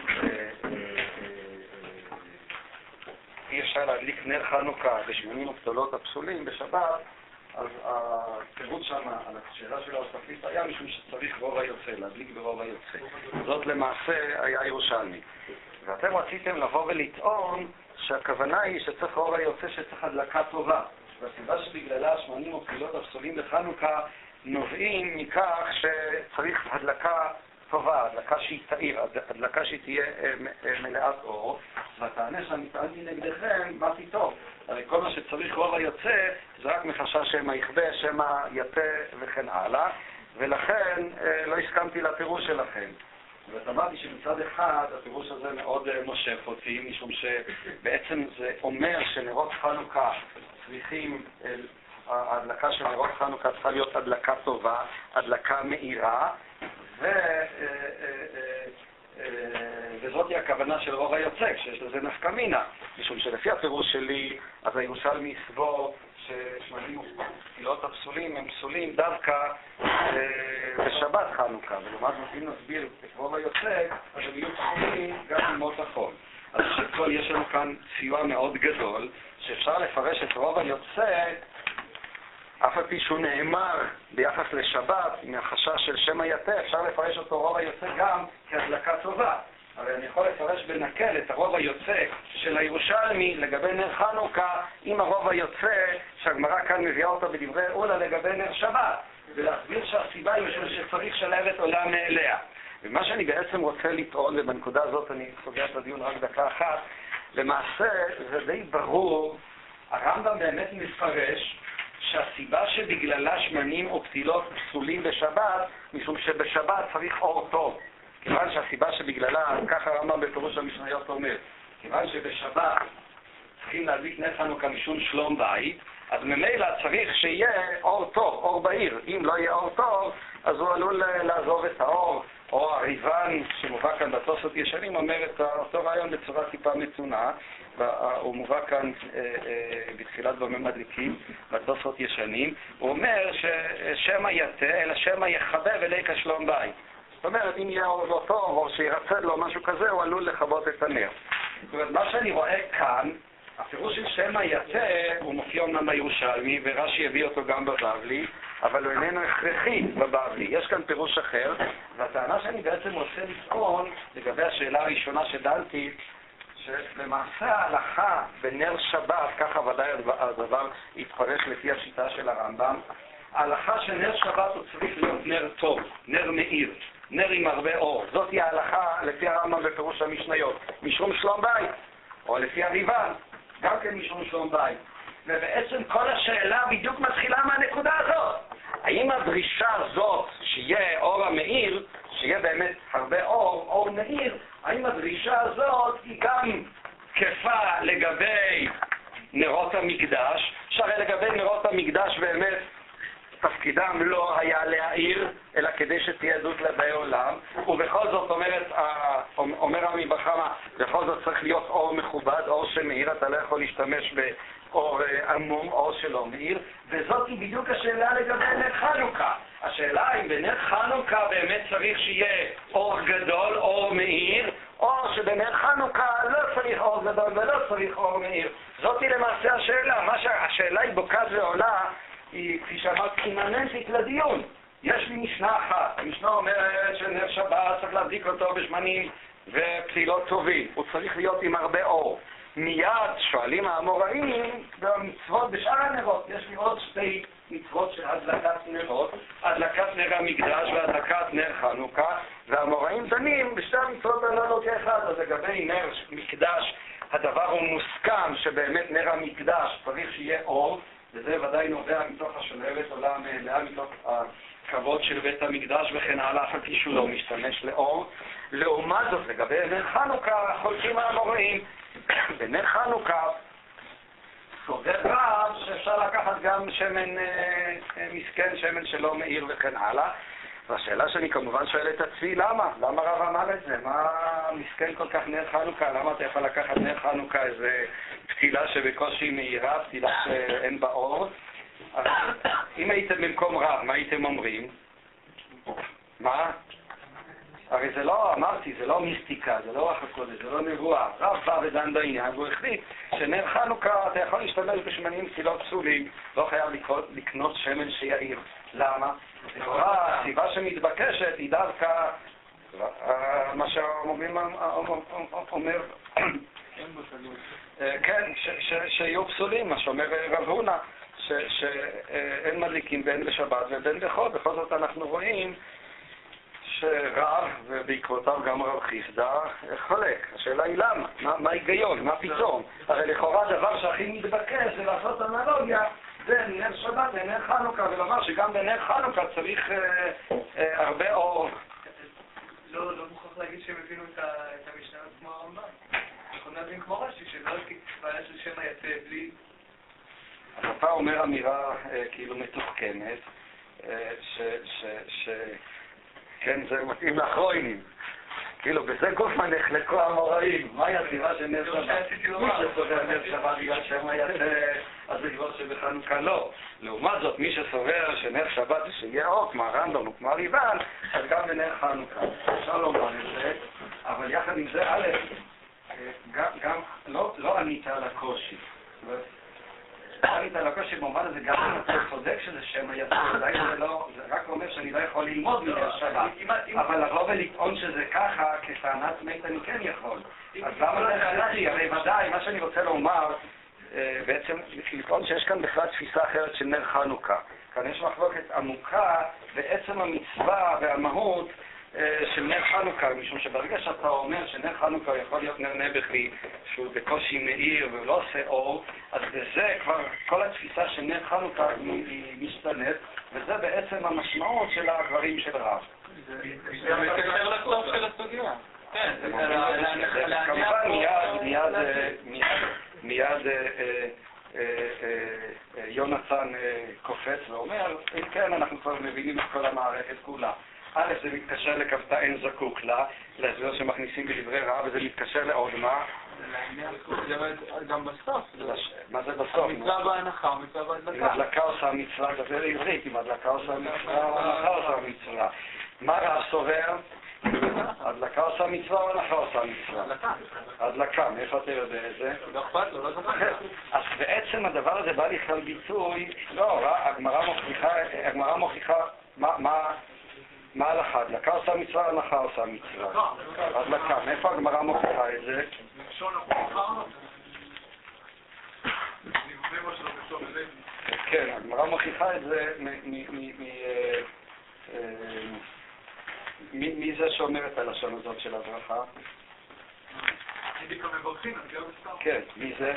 אי אפשר להדליק נר חנוכה בשמנים ופתילות הפסולים בשבת, אז התירוץ שם על השאלה של האוספית היה משום שצריך רוב היוצא, להדליק ברוב היוצא. זאת למעשה היה ירושלמי. ואתם רציתם לבוא ולטעון שהכוונה היא שצריך רוב היוצא שצריך הדלקה טובה. והסיבה שבגללה השמנים ופתילות הפסולים בחנוכה נובעים מכך שצריך הדלקה טובה, הדלקה שהיא תאיר, הדלקה שהיא תהיה מלאת אור. והטענה שאני טענתי נגדכם, מה פתאום? הרי כל מה שצריך רוב היוצא זה רק מחשש שמא יכבה, שמא יפה וכן הלאה, ולכן לא הסכמתי לפירוש שלכם. ואמרתי שמצד אחד הפירוש הזה מאוד מושך אותי, משום שבעצם זה אומר שנרות חנוכה צריכים, ההדלקה של נרות חנוכה צריכה להיות הדלקה טובה, הדלקה מאירה, וזאת היא הכוונה של רוב היוצא, שיש לזה נפקא מינה, משום שלפי הפירוש שלי, אז הירושלמי יסבור ששמנים ופתילות הפסולים הם פסולים דווקא בשבת חנוכה, ולעומת זאת אם נסביר את רוב היוצא, אז הם יהיו פסולים גם במות החול. אז שכל יש לנו כאן סיוע מאוד גדול, שאפשר לפרש את רוב היוצא, אף על פי שהוא נאמר ביחס לשבת, מהחשש של שמא יתה, אפשר לפרש אותו רוב היוצא גם כהדלקה טובה. אבל אני יכול לפרש בנקל את הרוב היוצא של הירושלמי לגבי נר חנוכה עם הרוב היוצא שהגמרא כאן מביאה אותה בדברי אולה לגבי נר שבת, ולהסביר שהסיבה היא משום שצריך שלהבת עולה מאליה. ומה שאני בעצם רוצה לטעון, ובנקודה הזאת אני סוגר את הדיון רק דקה אחת, למעשה זה די ברור, הרמב"ם באמת מפרש שהסיבה שבגללה שמנים או פתילות פסולים בשבת, משום שבשבת צריך אור טוב. כיוון שהסיבה שבגללה, ככה הרמב"ם בפירוש המשניות אומר, כיוון שבשבת צריכים להדליק נר חנוכה משום שלום בית, אז ממילא צריך שיהיה אור טוב, אור בעיר. אם לא יהיה אור טוב, אז הוא עלול לעזוב את האור. או הריבן שמובא כאן בתוספות ישנים אומר את אותו רעיון בצורה טיפה מצונה, הוא מובא כאן בתחילת במה מדליקים בתוספות ישנים, הוא אומר ששמא יתה אלא שמא יחבב אלי כשלום בית. זאת אומרת, אם יהיה אור לא טוב או שירצד לו משהו כזה, הוא עלול לכבות את הנר. זאת אומרת, מה שאני רואה כאן, הפירוש של שמא יתה הוא מופיע אומנם בירושלמי ורש"י הביא אותו גם בבבלי, אבל הוא איננו הכרחי בבבלי. יש כאן פירוש אחר, והטענה שאני בעצם רוצה לטעון לגבי השאלה הראשונה שדנתי, שלמעשה ההלכה בנר שבת, ככה ודאי הדבר יתפרש לפי השיטה של הרמב"ם, ההלכה של נר שבת הוא צריך להיות נר טוב, נר מאיר, נר עם הרבה אור. זאת היא ההלכה לפי הרמב"ם בפירוש המשניות, משום שלום בית, או לפי הריב"ן, גם כן משום שלום בית. ובעצם כל השאלה בדיוק מתחילה מהנקודה הזאת. האם הדרישה הזאת שיהיה אור המאיר, שיהיה באמת הרבה אור, אור מאיר, האם הדרישה הזאת היא גם תקפה לגבי נרות המקדש, שהרי לגבי נרות המקדש באמת תפקידם לא היה להאיר, אלא כדי שתהיה עדות לבאי עולם, ובכל זאת אומר רבי בחמה, בכל זאת צריך להיות אור מכובד, אור שמאיר, אתה לא יכול להשתמש באור עמום, אור שלא מאיר, וזאת היא בדיוק השאלה לגבי נר חנוכה. השאלה אם בנר חנוכה באמת צריך שיהיה אור גדול, אור מאיר, או שבנר חנוכה לא צריך אור גדול ולא צריך אור מאיר. זאת היא למעשה השאלה. השאלה היא בוקעת ועולה, היא, כפי שאמרת, אימננטית לדיון. יש לי משנה אחת. המשנה אומרת שנר שבת צריך להדליק אותו בשמנים ופתילות טובים. הוא צריך להיות עם הרבה אור. מיד שואלים האמוראים במצוות בשאר הנרות. יש לי עוד שתי מצוות של הדלקת נרות, הדלקת נר המקדש והדלקת נר חנוכה, והאמוראים דנים בשתי המצוות הללו כאחד. אז לגבי נר מקדש, הדבר הוא מוסכם שבאמת נר המקדש צריך שיהיה אור, וזה ודאי נובע מתוך השוללת עולם, מתוך הכבוד של בית המקדש וכן הלאה, אף על פי שהוא לא משתמש לאור. לעומת זאת, לגבי נר חנוכה, חולקים האמוראים. בנר חנוכה סובר רב שאפשר לקחת גם שמן מסכן, שמן שלא מאיר וכן הלאה. והשאלה שאני כמובן שואל את עצמי, למה? למה רב אמר את זה? מה מסכן כל כך נר חנוכה? למה אתה יכול לקחת נר חנוכה איזה פתילה שבקושי מאירה, פתילה שאין בה אור? אז אם הייתם במקום רב, מה הייתם אומרים? מה? הרי זה לא, אמרתי, זה לא מיסטיקה, זה לא רוח הקודש, זה לא נבואה. רב בא ודן בעניין, והוא החליט שנר חנוכה אתה יכול להשתמש בשמנים פתילות פסולים, לא חייב לקנות שמן שיעיר. למה? הסיבה שמתבקשת היא דווקא מה שהמוביל אומר, כן, שיהיו פסולים, מה שאומר רב הונא, שאין מדליקים בין בשבת ובין בחול. בכל זאת אנחנו רואים שרב, ובעקבותיו גם רב חיסדא, חולק. השאלה היא למה? מה ההיגיון? מה פתאום? הרי לכאורה הדבר שהכי מתבקש זה לעשות אנלוגיה בין נר שבת לנר חנוכה, ולומר שגם בנר חנוכה צריך הרבה אור. לא מוכרח להגיד שהם הבינו את המשנה כמו הרמב"ם. אנחנו נבין כמו רש"י, שזה לא בעיה של שמא יתה בלי... אז אתה אומר אמירה כאילו מתוחכמת, כן, זה מתאים לאחרונים. כאילו, בזה גופמן נחלקו האמוראים. מהי הסיבה של נר שבת? מי שסובר נר שבת בגלל שמא יתה, אז בגלל שבחנוכה לא. לעומת זאת, מי שסובר שנר שבת זה שיהיה אור, כמו הרמב"ם או כמו הריב"ן, אז גם בנר חנוכה. אפשר לומר את זה, אבל יחד עם זה, א', גם לא ענית על הקושי. ענית על הקושי במובן הזה, גם אם אתה צודק שזה שמא יתה, זה רק אומר שאני לא יכול ללמוד מנר שבת. אבל לבוא ולטעון שזה ככה, כטענת מת אני כן יכול. אז למה זה הכרחי? הרי ודאי, מה שאני רוצה לומר, בעצם לטעון שיש כאן בכלל תפיסה אחרת של נר חנוכה. כאן יש מחלוקת עמוקה בעצם המצווה והמהות של נר חנוכה, משום שברגע שאתה אומר שנר חנוכה יכול להיות נר נבחי, שהוא בקושי מאיר ולא עושה אור, אז בזה כבר כל התפיסה של נר חנוכה היא משתנית, וזה בעצם המשמעות של הדברים של רב. זה מקשר לסוף של הסוגיה. כן, כמובן מיד מיד יונתן קופץ ואומר, אם כן, אנחנו כבר מבינים את כל המערכת כולה. א', זה מתקשר לכבתה אין זקוק לה, להסבר שמכניסים בדברי רב, וזה מתקשר לעוד מה? גם בסוף. מה זה בסוף? המצווה בהנחה, המצווה בהדלקה. אם הדלקה עושה מצווה, זה לעברית, אם הדלקה עושה מצווה, ההנחה עושה מצווה. מה רב סובר? הדלקה עושה מצווה או הנחה עושה מצווה? הדלקה, מאיפה אתה יודע את זה? לא אכפת לו, לא זוכר. אז בעצם הדבר הזה בא לכלל ביטוי, לא, הגמרא מוכיחה, מה ההלכה? הדלקה עושה מצווה, הנחה עושה מצווה. הדלקה, מאיפה הגמרא מוכיחה את זה? כן, הגמרא מוכיחה את זה מי זה שאומר את הלשון הזאת של הברכה? כן, מי זה?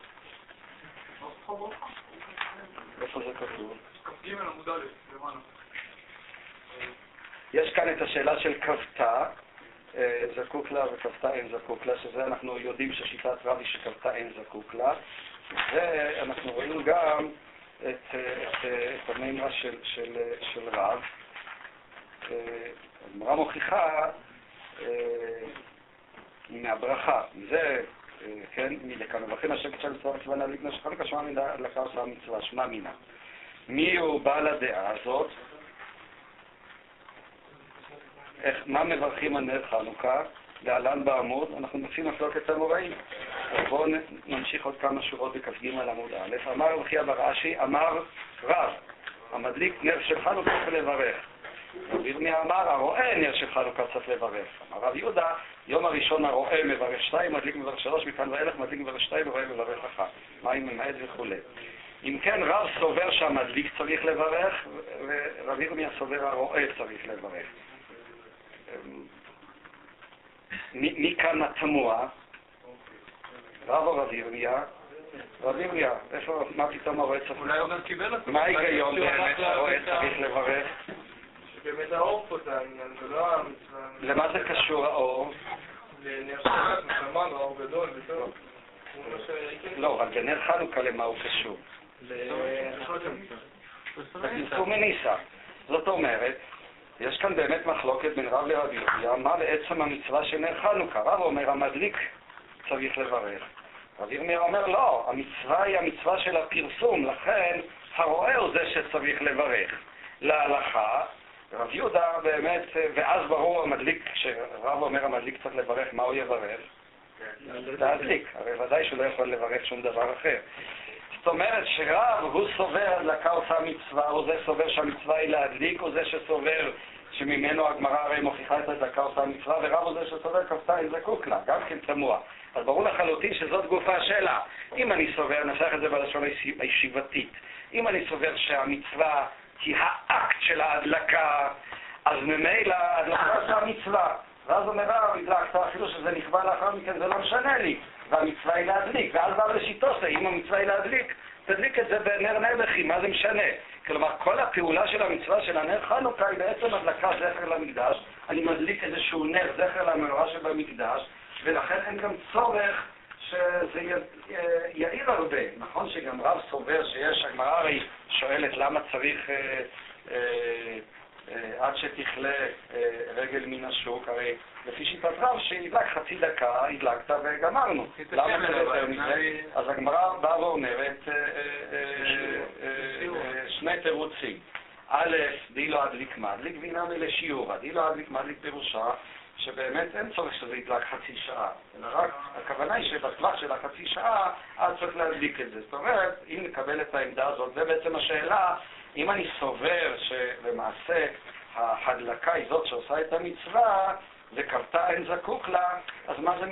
איפה זה כתוב? יש כאן את השאלה של כבתה, זקוק לה וכבתה אין זקוק לה, שזה אנחנו יודעים ששיטת רבי שכבתה אין זקוק לה, ואנחנו רואים גם את המימרה של רב. הגמרא מוכיחה מהברכה, זה, כן, מדקה מברכין השם קדשה מצווה מצווה להדליק נר של חנוכה, שמע מן הדלקה עושה מצווה, שמע מינה. מי הוא בעל הדעה הזאת? מה מברכים על נר חנוכה? להלן בעמוד, אנחנו מוצאים מחלוקת המוראים. אז בואו נמשיך עוד כמה שורות בכ"ג עמוד א'. אמר רב חייא בר אשי, אמר רב, המדליק נר של חנוכה צריך לברך. רב ירמיה אמר, הרואה נר של חנוכה צריך לברך. אמר רב יהודה, יום הראשון הרואה מברך 2, מדליק מברך 3, מכאן ואילך מדליק מברך 2, ורואה מברך 1. מים ממעט וכו'. אם כן, רב סובר שהמדליק צריך לברך, ורב ירמיה סובר הרואה צריך לברך. מי כאן התמוה? רב או רב ירמיה? רב ירמיה, מה פתאום הרואה צריך לברך? אולי הוא גם קיבל אותו. מה ההיגיון באמת הרואה צריך לברך? שבאמת האור פה זה העניין, זה לא המצווה. למה זה קשור האור? לנר שבת, משמענו, האור גדול וטוב. לא, אבל בנר חנוכה למה הוא קשור? לפרסום מניסה. זאת אומרת, יש כאן באמת מחלוקת בין רב לרב ירמיה, מה בעצם המצווה של נר חנוכה? רב אומר, המדליק צריך לברך. רב ירמיה אומר, לא, המצווה היא המצווה של הפרסום, לכן הרואה הוא זה שצריך לברך. להלכה, רב יהודה באמת, ואז ברור המדליק, כשרב אומר המדליק צריך לברך, מה הוא יברך? להדליק, הרי ודאי שהוא לא יכול לברך שום דבר אחר. זאת אומרת שרב הוא סובר הדלקה עושה מצווה, הוא זה סובר שהמצווה היא להדליק, הוא זה שסובר שממנו הגמרא הרי מוכיחה את הדלקה עושה מצווה, ורב הוא זה שסובר כבתה אין זקוק לה, גם כן תמוה. אז ברור לחלוטין שזאת גופה השאלה. אם אני סובר, ננסח את זה בלשון הישיבתית, אם אני סובר שהמצווה היא האקט של ההדלקה, אז ממילא ההדלקה עושה מצווה. ואז אומר רב, הדלקת, אפילו שזה נכבה לאחר מכן, זה לא משנה לי, והמצווה היא להדליק. ואז בא לשיטוסה, אם המצווה היא להדליק, תדליק את זה בנר נעבכי, מה זה משנה? כלומר, כל הפעולה של המצווה של הנר חנוכה היא בעצם הדלקה זכר למקדש, אני מדליק איזשהו נר זכר למנורה שבמקדש, ולכן אין גם צורך שזה יאיר הרבה. נכון שגם רב סובר שיש, הגמרא הרי שואלת למה צריך עד שתכלה רגל מן השוק, הרי לפי שיטת רב שהדלק חצי דקה, הדלקת וגמרנו. למה זה יותר מזה? אז הגמרא באה ואומרת שני תירוצים. א', די לא הדליק מדליק, והינמי לשיעורה. די לא הדליק מדליק פירושה שבאמת אין צורך שזה ידלק חצי שעה, אלא רק הכוונה היא שבטווח של החצי שעה אז צריך להדליק את זה. זאת אומרת, אם נקבל את העמדה הזאת, זה בעצם השאלה, אם אני סובר שלמעשה ההדלקה היא זאת שעושה את המצווה וכבתה אין זקוק לה, אז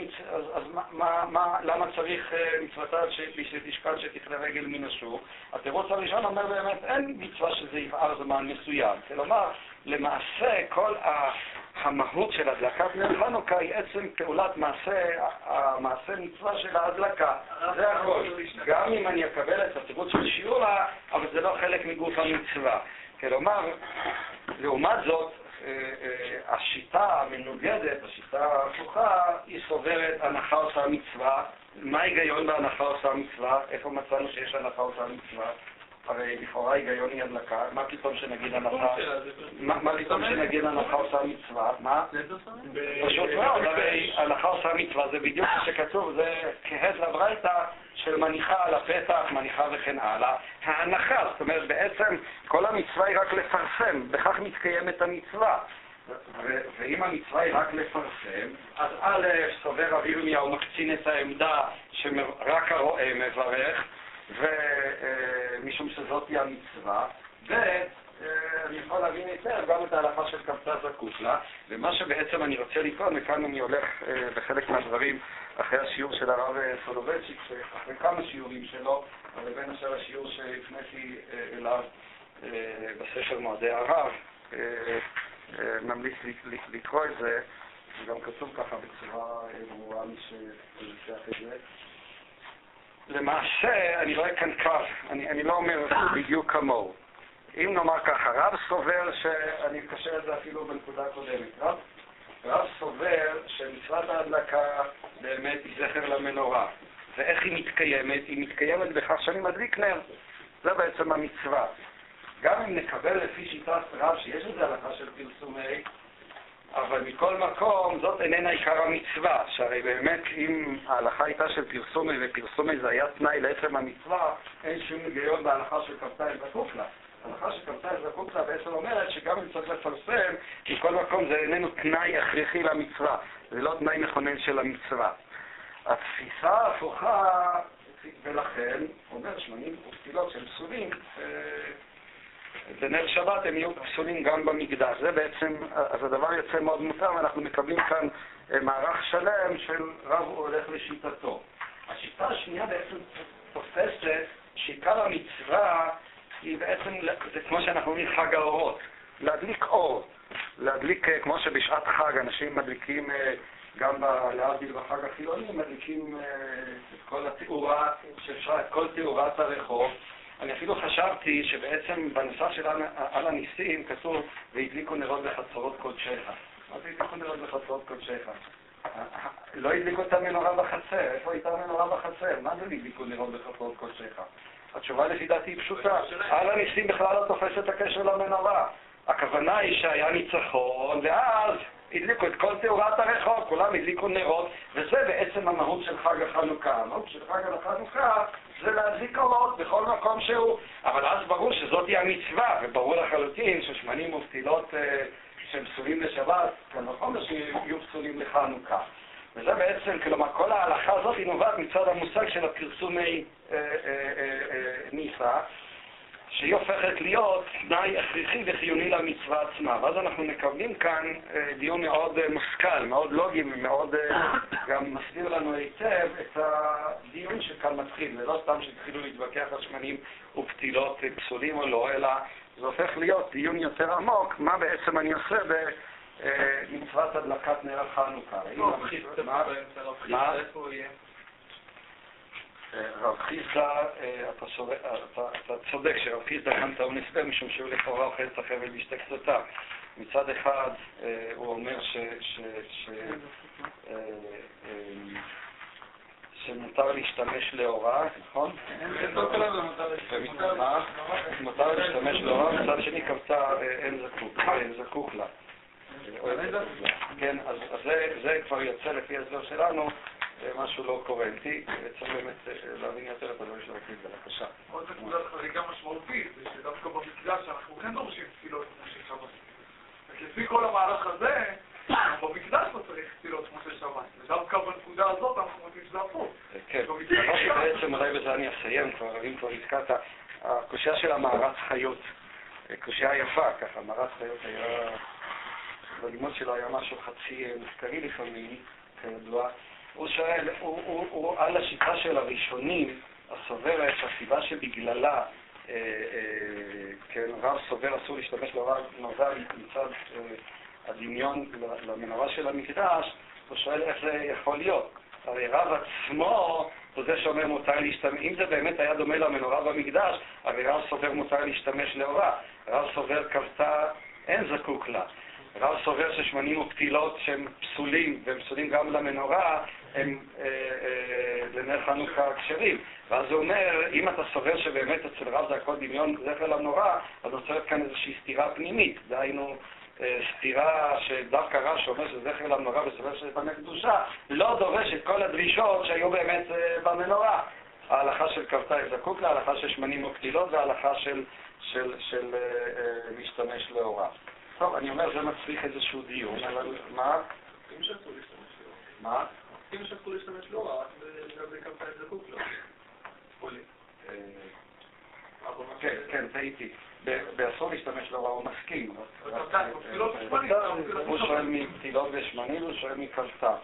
למה צריך מצוותה שתשקל שתכלה רגל מן השוק? התירוץ הראשון אומר באמת אין מצווה שזה יבער זמן מסוים, כלומר למעשה כל המהות של הדלקת נר חנוכה היא עצם פעולת המעשה מצווה של ההדלקה. זה הכל. גם אם אני אקבל את התירוץ של שיעורה, אבל זה לא חלק מגוף המצווה. כלומר, לעומת זאת, השיטה המנוגדת, השיטה ההפוכה, היא סוברת הנחה עושה מצווה. מה ההיגיון בהנחה עושה מצווה? איפה מצאנו שיש הנחה עושה מצווה? הרי לכאורה היגיון היא הדלקה, מה פתאום שנגיד הנחה? מה פתאום שנגיד הנחה עושה מצווה? מה? פשוט מאוד, הרי הנחה עושה מצווה זה בדיוק מה שכתוב, זה כהד לברייתא של מניחה על הפתח, מניחה וכן הלאה. ההנחה, זאת אומרת בעצם כל המצווה היא רק לפרסם, בכך מתקיימת המצווה. ואם המצווה היא רק לפרסם, אז א', סובר רבי ירמיהו מקצין את העמדה שרק הרואה מברך, ומשום שזאת היא המצווה, אני יכול להבין היטב גם את ההלכה של קמצא זקוק לה, ומה שבעצם אני רוצה לטעון, וכאן אני הולך בחלק מהדברים אחרי השיעור של הרב סולובייצ'יק, אחרי כמה שיעורים שלו, אבל בין השאר השיעור שהפניתי אליו בספר מועדי הרב, ממליץ לקרוא את זה, וגם כתוב ככה בצורה ברורה מי שניסח את זה. למעשה, אני רואה כאן קו, אני לא אומר בדיוק כמוהו. אם נאמר ככה, רב סובר, שאני אקשר את זה אפילו בנקודה קודמת, רב סובר שמצוות ההדלקה באמת היא זכר למנורה. ואיך היא מתקיימת? היא מתקיימת בכך שאני מדליק נר. זה בעצם המצווה. גם אם נקבל לפי שיטת רב שיש לזה הלכה של פרסומי, אבל מכל מקום זאת איננה עיקר המצווה, שהרי באמת אם ההלכה הייתה של פרסומי ופרסומי זה היה תנאי לעצם המצווה, אין שום היגיון בהלכה של קמצא זקוק לה. ההלכה של קמצא זקוק לה בעצם אומרת שגם אם צריך לפרסם, מכל מקום זה איננו תנאי הכרחי למצווה, זה לא תנאי מכונן של המצווה. התפיסה ההפוכה, ולכן אומר שמנים ופתילות של פסולים, בנר שבת הם יהיו פסולים גם במקדש. זה בעצם, אז הדבר יוצא מאוד מותר, ואנחנו מקבלים כאן מערך שלם של רב הולך לשיטתו. השיטה השנייה בעצם תופסת שעיקר המצווה היא בעצם, זה כמו שאנחנו אומרים חג האורות, להדליק אור, להדליק כמו שבשעת חג אנשים מדליקים גם להבדיל בחג החילוני, מדליקים את כל התאורה, שאפשר את כל תאורת הרחוב. אני אפילו חשבתי שבעצם בנוסח של על הניסים כתוב והדליקו נרות בחצרות קודשיך. מה זה הדליקו נרות בחצרות קודשיך? לא הדליקו את המנורה בחצר. איפה הייתה המנורה בחצר? מה זה הדליקו נרות בחצרות קודשיך? התשובה לפי דעתי היא פשוטה. על הניסים בכלל לא תופס את הקשר למנורה. הכוונה היא שהיה ניצחון, ואז הדליקו את כל תאורת הרחוב, כולם הדליקו נרות, וזה בעצם המהות של חג החנוכה. המהות של חג החנוכה זה להדליק אורות בכל מקום שהוא, אבל אז ברור שזאת היא המצווה, וברור לחלוטין ששמנים ופתילות שהם פסולים לשבת, כאן נכון שיהיו פסולים לחנוכה. וזה בעצם, כלומר, כל ההלכה הזאת היא נובעת מצד המושג של הפרסומי ניסה, שהיא הופכת להיות תנאי הכרחי וחיוני למצווה עצמה. ואז אנחנו מקבלים כאן דיון מאוד מושכל, מאוד לוגי ומאוד גם מסביר לנו היטב את הדיון שכאן מתחיל. זה לא סתם שהתחילו להתווכח על שמנים ופתילות פסולים או לא, אלא זה הופך להיות דיון יותר עמוק, מה בעצם אני עושה במצוות הדלקת נר החנוכה. רב חיסדא, אתה צודק שרב חיסדא גם טעון הסבר משום שהוא לכאורה אוכל את החבל בשתי קצותיו. מצד אחד הוא אומר שמותר להשתמש לאורה, נכון? מותר להשתמש לאורה, מצד שני קמצא אין זקוק לה. כן, אז זה כבר יוצא לפי הסבר שלנו משהו לא קורנטי, וצריך באמת להבין יותר את הדברים של רקיד, בבקשה. עוד נקודת חריגה משמעותית, זה שדווקא במקדש אנחנו כן דורשים תפילות כמו של שבת. לפי כל המהלך הזה, במקדש לא צריך תפילות כמו של שבת. ודווקא בנקודה הזאת אנחנו מוצאים שזה הפוך. כן, בעצם אולי בזה אני אסיים, אם כבר הזכרת, הקושיה של המערת חיות, קושיה יפה, ככה, מערת חיות היה, בלימוד שלו היה משהו חצי מחקרי לפעמים, כידוע. הוא שואל, הוא על השיטה של הראשונים, הסוברת, הסיבה שבגללה, כן, רב סובר אסור להשתמש לרב נובע מצד הדמיון למנורה של המקדש, הוא שואל איך זה יכול להיות. הרי רב עצמו הוא זה שאומר מותר להשתמש, אם זה באמת היה דומה למנורה במקדש, הרי רב סובר מותר להשתמש לאורה, רב סובר כבתה אין זקוק לה. רב סובר ששמנים ופתילות שהם פסולים, והם פסולים גם למנורה, הם לנר חנוכה כשרים. ואז הוא אומר, אם אתה סובר שבאמת אצל רב זה הכל דמיון זכר למנורה, אז נוצרת כאן איזושהי סתירה פנימית. דהיינו, סתירה שדווקא רב שאומר שזכר למנורה וסובר שזה בנה קדושה, לא דורש את כל הדרישות שהיו באמת במנורה. ההלכה של כבתאי זקוק לה, ההלכה של שמנים ופתילות, וההלכה של להשתמש לאורה. טוב, אני אומר, זה מצריך איזשהו דיון, אבל מה? אם שרצו להשתמש לאורה. מה? אם שרצו להשתמש לאורה, רק בכבתאי זקוק לה. פולי. כן, טעיתי. באסור להשתמש לאורה הוא מסכים. פתילות הוא שואל מפתילות ושמנים, הוא שואל מכבתא.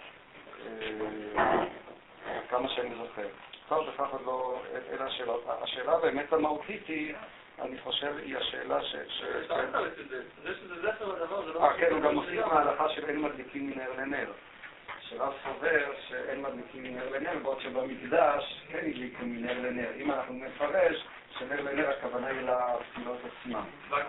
כמה שאני זוכר. טוב, בכך עוד לא אלה השאלות. השאלה באמת המהותית היא, אני חושב, היא השאלה זה שזה זכר לדבר, זה לא... כן, הוא גם מוסיף מההלכה של אין מדליקים מנר לנר. שרב סובר שאין מדליקים מנר לנר, בעוד שבמקדש כן הדליקו מנר לנר. אם אנחנו נפרש, שנר לנר הכוונה היא לפתילות עצמם.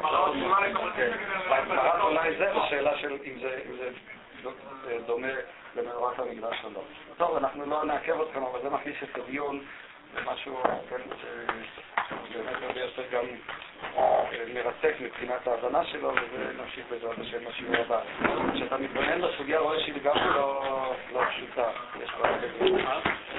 והגמרא אולי זה בשאלה של אם זה דומה למנורת המקדש או לא. טוב, אנחנו לא נעכב אתכם, אבל זה מכניס את הדיון למשהו, כן, באמת הרבה יותר גם מרתק מבחינת ההבנה שלו, וזה נמשיך בעזרת השם בשיעור הבא. כשאתה מתבונן בסוגיה רואה שהיא גם לא פשוטה, יש פה הרבה דברים.